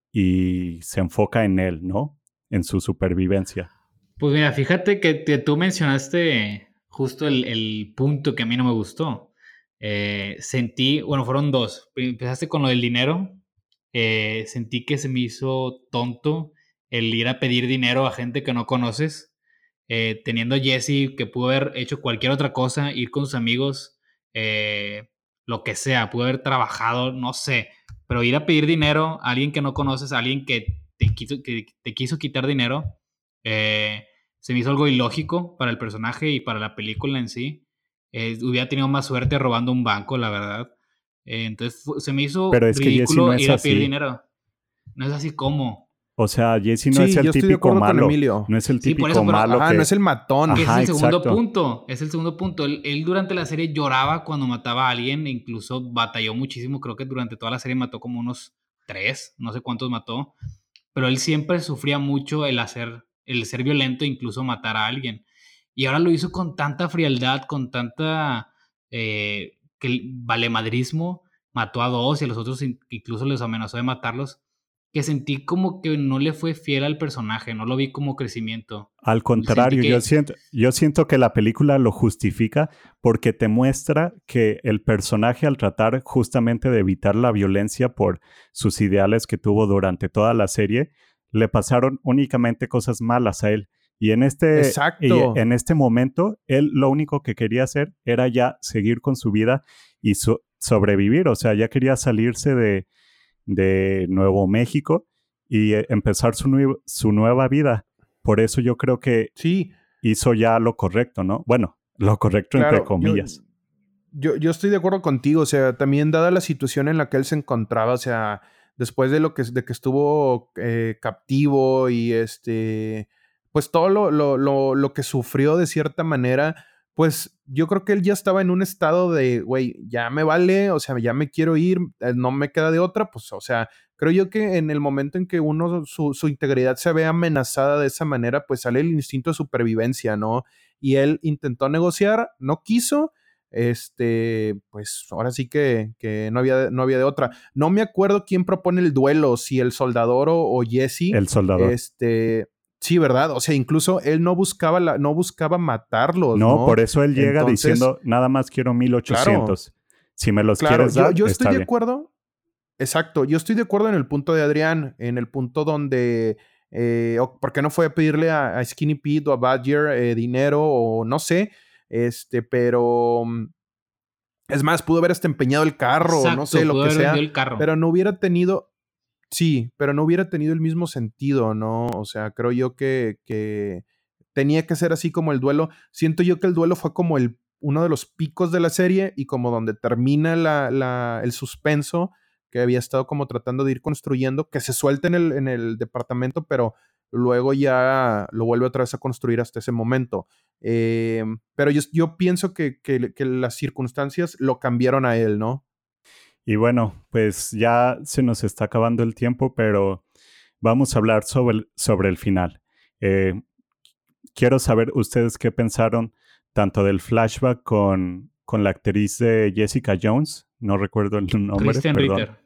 y se enfoca en él, ¿no? En su supervivencia. Pues mira, fíjate que te, tú mencionaste justo el, el punto que a mí no me gustó. Eh, sentí, bueno, fueron dos. Empezaste con lo del dinero. Eh, sentí que se me hizo tonto el ir a pedir dinero a gente que no conoces. Eh, teniendo a Jesse que pudo haber hecho cualquier otra cosa, ir con sus amigos, eh, lo que sea, pudo haber trabajado, no sé, pero ir a pedir dinero a alguien que no conoces, a alguien que te quiso, que te quiso quitar dinero, eh, se me hizo algo ilógico para el personaje y para la película en sí. Eh, hubiera tenido más suerte robando un banco, la verdad. Eh, entonces fu- se me hizo Pero es que Jesse no ridículo es ir a pedir así. dinero. No es así como. O sea, Jesse no es Sí, el yo estoy de típico acuerdo con malo, Emilio. no es el Sí, por típico eso, pero malo Ajá, no que... es el matón. Que ese es Ajá, el segundo exacto. punto. Es el segundo punto. Él, él durante la serie lloraba cuando mataba a alguien. E incluso batalló muchísimo. Creo que durante toda la serie mató como unos tres. No sé cuántos mató. Pero él siempre sufría mucho el hacer, el ser violento, incluso matar a alguien. Y ahora lo hizo con tanta frialdad, con tanta eh, que valemadrismo. Mató a dos y a los otros in- incluso les amenazó de matarlos. Que sentí como que no le fue fiel al personaje. No lo vi como crecimiento. Al Sentí contrario, yo que siento, yo siento que la película lo justifica porque te muestra que el personaje, al tratar justamente de evitar la violencia por sus ideales que tuvo durante toda la serie, le pasaron únicamente cosas malas a él. Y en este, y Exacto. en este momento, él lo único que quería hacer era ya seguir con su vida y so- sobrevivir. O sea, ya quería salirse de, de Nuevo México y eh, empezar su, nue- su nueva vida. Por eso yo creo que Sí, hizo ya lo correcto, ¿no? Bueno, lo correcto entre claro. Yo, comillas. yo, yo estoy de acuerdo contigo. O sea, también dada la situación en la que él se encontraba, o sea, después de lo que, de que estuvo eh, captivo y este, pues todo lo, lo, lo, lo que sufrió de cierta manera, pues yo creo que él ya estaba en un estado de, güey, ya me vale, o sea, ya me quiero ir, eh, no me queda de otra, pues, o sea, creo yo que en el momento en que uno, su, su integridad se ve amenazada de esa manera, pues sale el instinto de supervivencia, ¿no? Y él intentó negociar, no quiso, este, pues ahora sí que, que no, había, no había de otra. No me acuerdo quién propone el duelo, si el soldador o, o Jesse. El soldador. Este, sí, ¿verdad? O sea, incluso él no buscaba, la, no buscaba matarlos, No, ¿no? por eso él llega Entonces, diciendo, nada más quiero mil claro, ochocientos. Si me los claro, quieres yo, dar, yo estoy está de bien. acuerdo. Exacto, yo estoy de acuerdo en el punto de Adrián, en el punto donde, eh, ¿por qué no fue a pedirle a, a Skinny Pete o a Badger eh, dinero o no sé? Este, pero es más, pudo haber hasta empeñado el carro, no sé, exacto, lo pudo que haber vendido sea, el carro. pero no hubiera tenido, sí, pero no hubiera tenido el mismo sentido, ¿no? O sea, creo yo que, que tenía que ser así como el duelo. Siento yo que el duelo fue como el, uno de los picos de la serie y como donde termina la, la, el suspenso que había estado como tratando de ir construyendo, que se suelta en el, en el departamento, pero luego ya lo vuelve otra vez a construir hasta ese momento. Eh, pero yo, yo pienso que, que, que las circunstancias lo cambiaron a él, ¿no? Y bueno, pues ya se nos está acabando el tiempo, pero vamos a hablar sobre el, sobre el final. Eh, quiero saber ustedes qué pensaron tanto del flashback con, con la actriz de Jessica Jones, no recuerdo el nombre, Christian perdón. Ritter.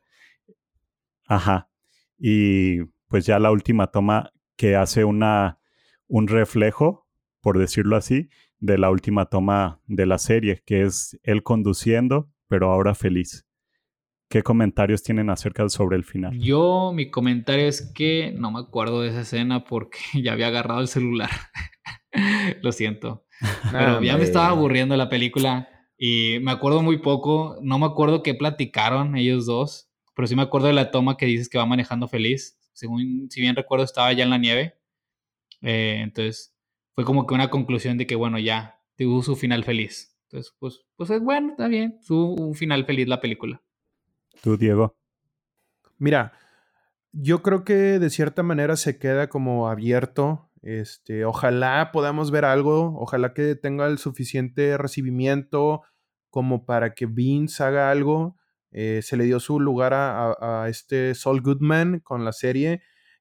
Ajá. Y pues ya la última toma que hace una, un reflejo, por decirlo así, de la última toma de la serie, que es él conduciendo, pero ahora feliz. ¿Qué comentarios tienen acerca sobre el final? Yo, mi comentario es que no me acuerdo de esa escena porque ya había agarrado el celular. Lo siento. Nah, Pero ya me estaba hombre. aburriendo la película y me acuerdo muy poco. No me acuerdo qué platicaron ellos dos, pero sí me acuerdo de la toma que dices que va manejando feliz. Según, si bien recuerdo, estaba ya en la nieve. Eh, entonces, fue como que una conclusión de que, bueno, ya tuvo su final feliz. Entonces, pues, pues es bueno, está bien. Tuvo un final feliz la película. ¿Tú, Diego? Mira, yo creo que de cierta manera se queda como abierto. Este, ojalá podamos ver algo, ojalá que tenga el suficiente recibimiento como para que Vince haga algo. Eh, se le dio su lugar a, a- a este Saul Goodman con la serie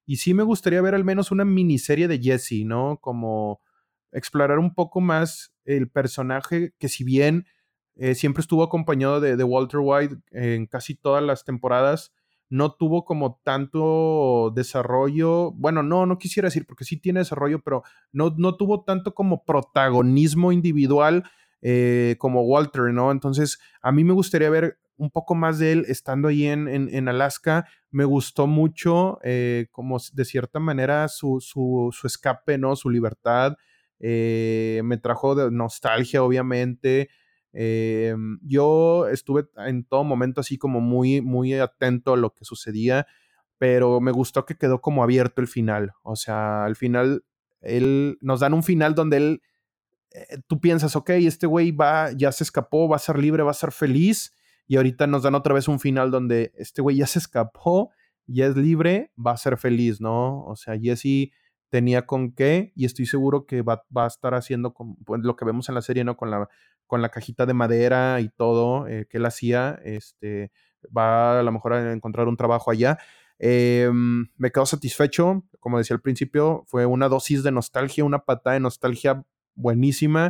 Y sí me gustaría ver al menos una miniserie de Jesse, ¿no? Como explorar un poco más el personaje que, si bien eh, siempre estuvo acompañado de, de Walter White en casi todas las temporadas, no tuvo como tanto desarrollo. Bueno, no, no quisiera decir, porque sí tiene desarrollo, pero no, no tuvo tanto como protagonismo individual eh, como Walter, ¿no? Entonces, a mí me gustaría ver un poco más de él estando ahí en, en, en Alaska. Me gustó mucho, eh, como de cierta manera, su, su, su escape, ¿no? Su libertad. Eh, me trajo de nostalgia, obviamente. Eh, yo estuve en todo momento así como muy, muy atento a lo que sucedía, pero me gustó que quedó como abierto el final. O sea, al final, él, nos dan un final donde él, eh, tú piensas, ok, este güey va, ya se escapó, va a ser libre, va a ser feliz, y ahorita nos dan otra vez un final donde este güey ya se escapó, ya es libre, va a ser feliz, ¿no? O sea, Jesse tenía con qué, y estoy seguro que va, va a estar haciendo con, pues, lo que vemos en la serie, ¿no? Con la, con la cajita de madera y todo eh, que él hacía, este, va a lo mejor a encontrar un trabajo allá. Eh, me quedo satisfecho, como decía al principio, fue una dosis de nostalgia, una patada de nostalgia buenísima,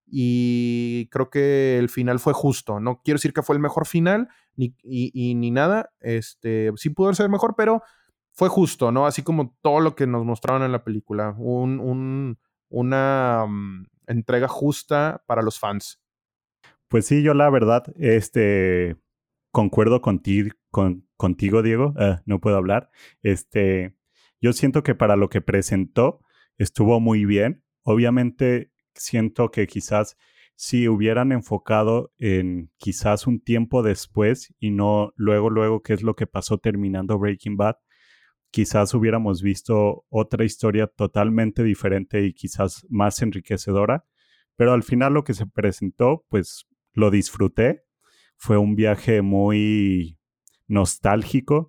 y creo que el final fue justo. No quiero decir que fue el mejor final, ni, y, y, ni nada, este, sí pudo ser mejor, pero fue justo, ¿no? Así como todo lo que nos mostraron en la película, un, un, una um, entrega justa para los fans. Pues sí, yo la verdad, este, concuerdo contigo, con, contigo Diego, uh, no puedo hablar. Este, yo siento que para lo que presentó estuvo muy bien. Obviamente siento que quizás si hubieran enfocado en quizás un tiempo después y no luego, luego qué es lo que pasó terminando Breaking Bad, quizás hubiéramos visto otra historia totalmente diferente y quizás más enriquecedora. Pero al final lo que se presentó, pues lo disfruté. Fue un viaje muy nostálgico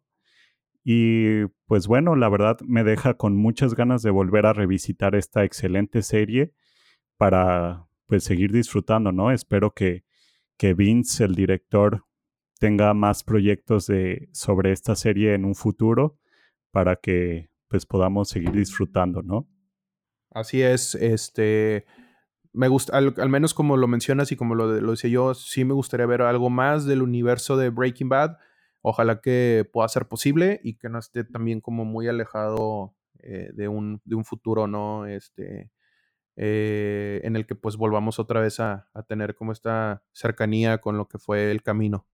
y pues bueno, la verdad me deja con muchas ganas de volver a revisitar esta excelente serie para pues seguir disfrutando, ¿no? Espero que, que Vince, el director, tenga más proyectos de, sobre esta serie en un futuro para que pues podamos seguir disfrutando, ¿no? Así es, este... Me gusta, al, al menos como lo mencionas y como lo, lo decía yo, sí me gustaría ver algo más del universo de Breaking Bad. Ojalá que pueda ser posible y que no esté también como muy alejado eh, de, un, de un futuro, ¿no? Este, eh, en el que pues volvamos otra vez a, a tener como esta cercanía con lo que fue el camino.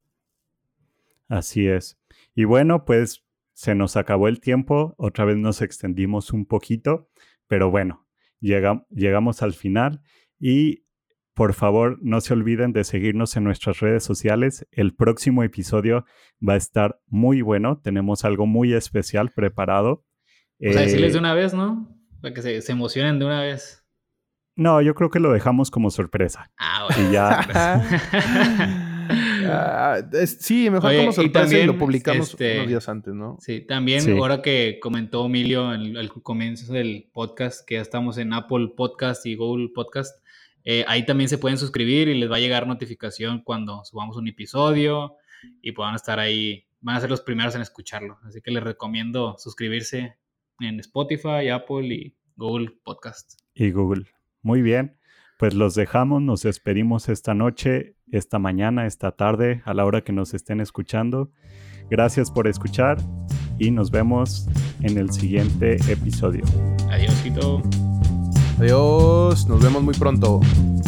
Así es. Y bueno, pues se nos acabó el tiempo, otra vez nos extendimos un poquito, pero bueno, llega, llegamos al final. Y por favor, no se olviden de seguirnos en nuestras redes sociales. El próximo episodio va a estar muy bueno. Tenemos algo muy especial preparado. O sea, decirles de una vez, ¿no? Para que se, se emocionen de una vez. No, yo creo que lo dejamos como sorpresa. Ah, bueno. Y ya... Uh, es, sí, mejor Oye, como sorpresa y, también, y lo publicamos este, unos días antes, ¿no? Sí, también sí. Ahora que comentó Emilio al comienzo del podcast, que ya estamos en Apple Podcast y Google Podcast, eh, ahí también se pueden suscribir y les va a llegar notificación cuando subamos un episodio y puedan estar ahí, van a ser los primeros en escucharlo. Así que les recomiendo suscribirse en Spotify, Apple y Google Podcast. Y Google. Muy bien. Pues los dejamos, nos despedimos esta noche, esta mañana, esta tarde, a la hora que nos estén escuchando. Gracias por escuchar y nos vemos en el siguiente episodio. Adiósito. Adiós, nos vemos muy pronto.